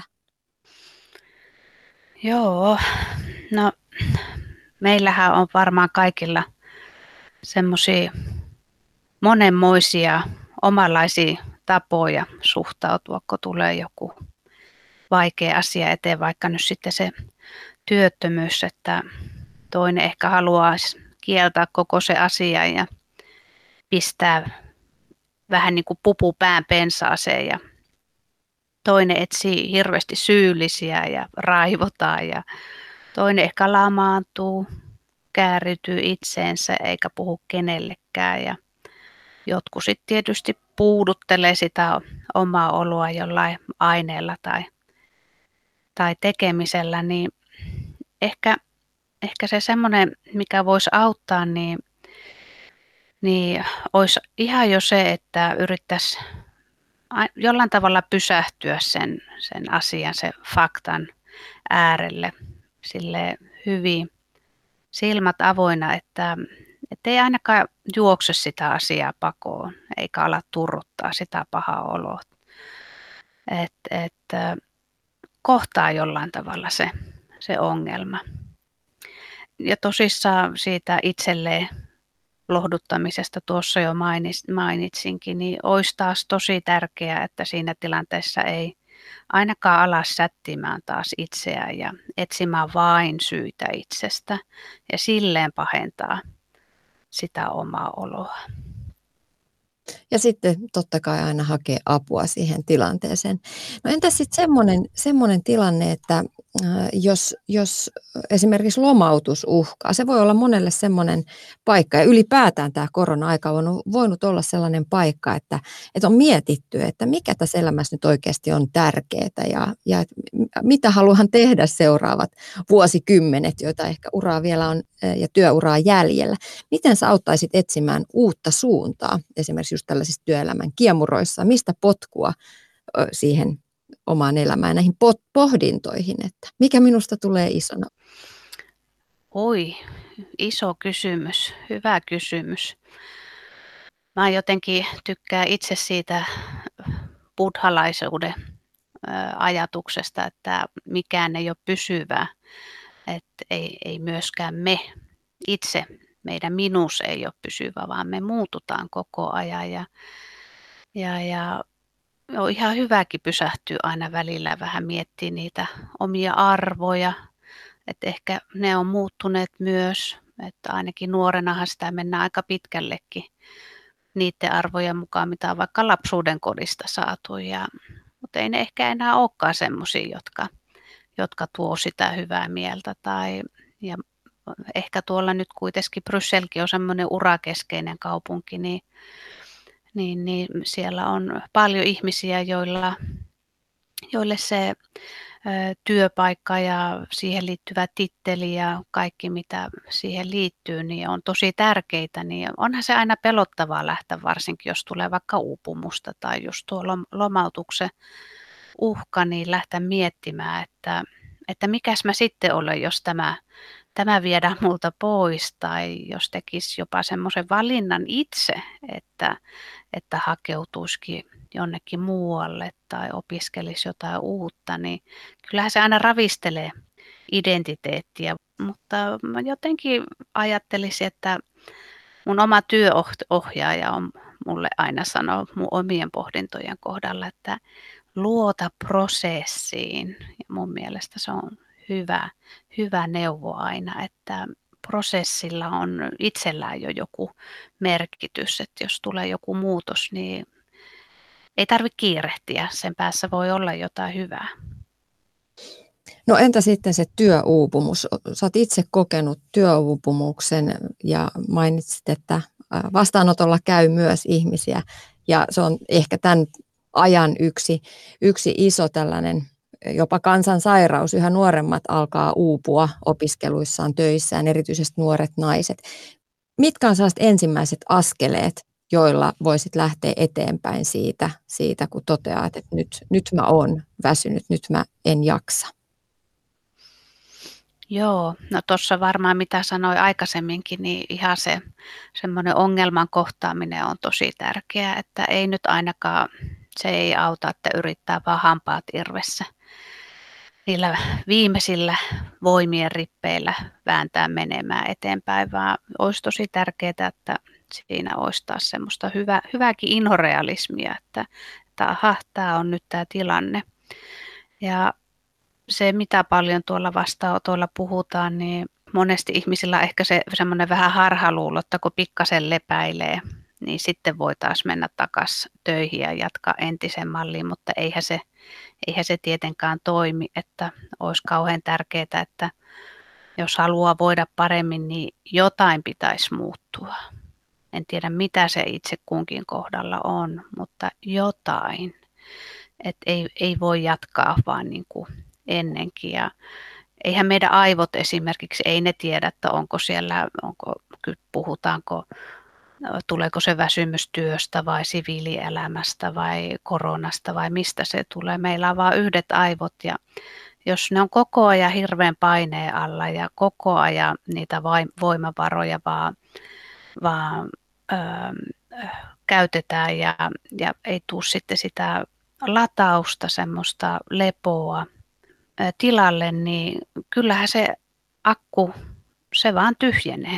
Speaker 3: Joo, no meillähän on varmaan kaikilla semmoisia monenmoisia omanlaisia tapoja suhtautua, kun tulee joku vaikea asia eteen, vaikka nyt sitten se työttömyys, että toinen ehkä haluaisi kieltää koko se asia ja pistää vähän niin kuin pupu pään pensaaseen ja toinen etsii hirveästi syyllisiä ja raivotaan ja toinen ehkä lamaantuu, kääriytyy itseensä eikä puhu kenellekään ja jotkut sitten tietysti puuduttelee sitä omaa oloa jollain aineella tai, tai tekemisellä, niin ehkä, ehkä se semmoinen, mikä voisi auttaa, niin, niin olisi ihan jo se, että yrittäisi jollain tavalla pysähtyä sen, sen asian, sen faktan äärelle sille hyvin silmät avoinna, että ei ainakaan juokse sitä asiaa pakoon, eikä ala turruttaa sitä pahaa oloa. Että et, kohtaa jollain tavalla se, se ongelma. Ja tosissaan siitä itselleen lohduttamisesta tuossa jo mainitsinkin, niin olisi taas tosi tärkeää, että siinä tilanteessa ei ainakaan ala sättimään taas itseään ja etsimään vain syitä itsestä ja silleen pahentaa sitä omaa oloa.
Speaker 2: Ja sitten totta kai aina hakee apua siihen tilanteeseen. No entäs sitten semmoinen, semmoinen tilanne, että jos, jos esimerkiksi lomautus uhkaa, se voi olla monelle semmoinen paikka ja ylipäätään tämä korona-aika on voinut olla sellainen paikka, että, että on mietitty, että mikä tässä elämässä nyt oikeasti on tärkeää ja, ja mitä haluan tehdä seuraavat vuosikymmenet, joita ehkä uraa vielä on ja työuraa jäljellä. Miten sä auttaisit etsimään uutta suuntaa esimerkiksi just tällaisissa työelämän kiemuroissa, mistä potkua siihen omaan elämään, näihin pohdintoihin, että mikä minusta tulee isona?
Speaker 3: Oi, iso kysymys, hyvä kysymys. Mä jotenkin tykkään itse siitä buddhalaisuuden ajatuksesta, että mikään ei ole pysyvää, että ei, ei myöskään me itse, meidän minuus ei ole pysyvä, vaan me muututaan koko ajan ja, ja, ja on ihan hyväkin pysähtyä aina välillä vähän miettiä niitä omia arvoja, että ehkä ne on muuttuneet myös, että ainakin nuorenahan sitä mennään aika pitkällekin niiden arvojen mukaan, mitä on vaikka lapsuuden kodista saatu, ja, mutta ei ne ehkä enää olekaan semmoisia, jotka, jotka tuo sitä hyvää mieltä tai ja ehkä tuolla nyt kuitenkin Brysselkin on semmoinen urakeskeinen kaupunki, niin Niin, niin siellä on paljon ihmisiä, joilla, joille se ö, työpaikka ja siihen liittyvä titteli ja kaikki mitä siihen liittyy, niin on tosi tärkeitä. Niin onhan se aina pelottavaa lähteä, varsinkin jos tulee vaikka uupumusta tai just tuo lomautuksen uhka, niin lähteä miettimään, että, että mikäs mä sitten olen, jos tämä Tämä viedään multa pois tai jos tekisi jopa semmoisen valinnan itse, että, että hakeutuisikin jonnekin muualle tai opiskelisi jotain uutta, niin kyllähän se aina ravistelee identiteettiä. Mutta mä jotenkin ajattelisin, että, mun oma työohjaaja on mulle aina sanoo mun omien pohdintojen kohdalla, että luota prosessiin. Ja mun mielestä se on hyvä, hyvä neuvo aina, että prosessilla on itsellään jo joku merkitys, että jos tulee joku muutos, niin ei tarvitse kiirehtiä, sen päässä voi olla jotain hyvää.
Speaker 2: No entä sitten se työuupumus? Sä oot itse kokenut työuupumuksen ja mainitsit, että vastaanotolla käy myös ihmisiä ja se on ehkä tämän ajan yksi, yksi iso tällainen jopa kansansairaus. Yhä nuoremmat alkaa uupua opiskeluissaan, töissään, erityisesti nuoret naiset. Mitkä on sellaiset ensimmäiset askeleet, joilla voisit lähteä eteenpäin siitä, siitä kun toteat, että nyt, nyt mä oon väsynyt, nyt mä en jaksa?
Speaker 3: Joo, no tuossa varmaan mitä sanoin aikaisemminkin, niin ihan se semmoinen ongelman kohtaaminen on tosi tärkeää, että ei nyt ainakaan, se ei auta, että yrittää vaan hampaat irvessä. Niillä viimeisillä voimien rippeillä vääntää menemään eteenpäin, vaan olisi tosi tärkeää, että siinä olisi taas semmoista hyvä, hyvääkin inhorealismia, että, että aha, tämä on nyt tämä tilanne. Ja se, mitä paljon tuolla vastaanotoilla puhutaan, niin monesti ihmisillä on ehkä se semmoinen vähän harhaluulo, että kun pikkasen lepäilee, niin sitten voitaisiin mennä takaisin töihin ja jatkaa entisen malliin, mutta eihän se, eihän se tietenkään toimi, että olisi kauhean tärkeää, että jos haluaa voida paremmin, niin jotain pitäisi muuttua. En tiedä, mitä se itse kunkin kohdalla on, mutta jotain. Et ei, ei voi jatkaa vaan niin kuin ennenkin. Ja eihän meidän aivot esimerkiksi, ei ne tiedä, että onko siellä, onko, puhutaanko, tuleeko se väsymys työstä vai siviilielämästä vai koronasta vai mistä se tulee. Meillä on vain yhdet aivot ja jos ne on koko ajan hirveän paineen alla ja koko ajan niitä voimavaroja vaan, vaan ö, käytetään ja, ja ei tule sitten sitä latausta, semmoista lepoa ö, tilalle, niin kyllähän se akku, se vaan tyhjenee.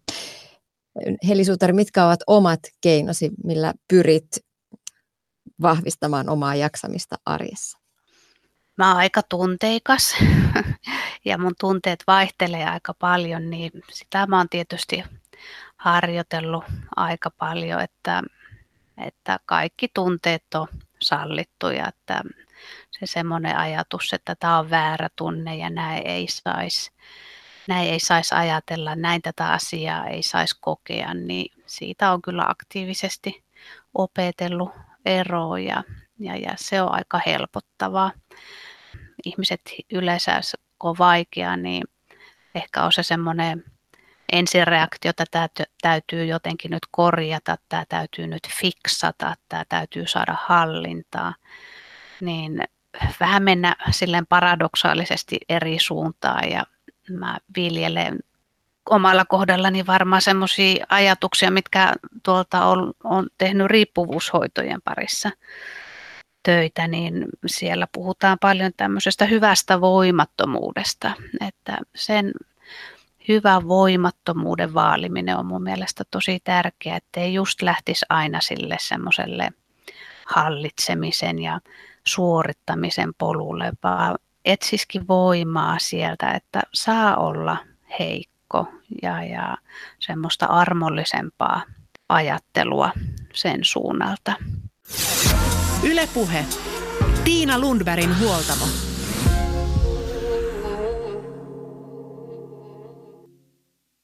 Speaker 2: Heli Suutari, mitkä ovat omat keinosi, millä pyrit vahvistamaan omaa jaksamista arjessa?
Speaker 3: Mä oon aika tunteikas ja mun tunteet vaihtelee aika paljon, niin sitä mä oon tietysti harjoitellut aika paljon, että, että kaikki tunteet on sallittuja, että se semmoinen ajatus, että tämä on väärä tunne ja näin ei saisi näin ei saisi ajatella, näin tätä asiaa ei saisi kokea, niin siitä on kyllä aktiivisesti opetellut eroa ja, ja, ja se on aika helpottavaa. Ihmiset yleensä, kun on vaikea, niin ehkä on se semmoinen ensireaktio, että tämä täytyy jotenkin nyt korjata, tämä täytyy nyt fiksata, tämä täytyy saada hallintaa, niin vähän mennä silleen paradoksaalisesti eri suuntaan ja mä viljelen omalla kohdallani varmaan semmoisia ajatuksia, mitkä tuolta on, on tehnyt riippuvuushoitojen parissa töitä, niin siellä puhutaan paljon tämmöisestä hyvästä voimattomuudesta, että sen hyvän voimattomuuden vaaliminen on mun mielestä tosi tärkeää, ettei just lähtisi aina sille semmoiselle hallitsemisen ja suorittamisen polulle, vaan etsisikin voimaa sieltä, että saa olla heikko ja, ja semmoista armollisempaa ajattelua sen suunnalta.
Speaker 1: Yle Puhe. Tiina Lundbergin huoltamo.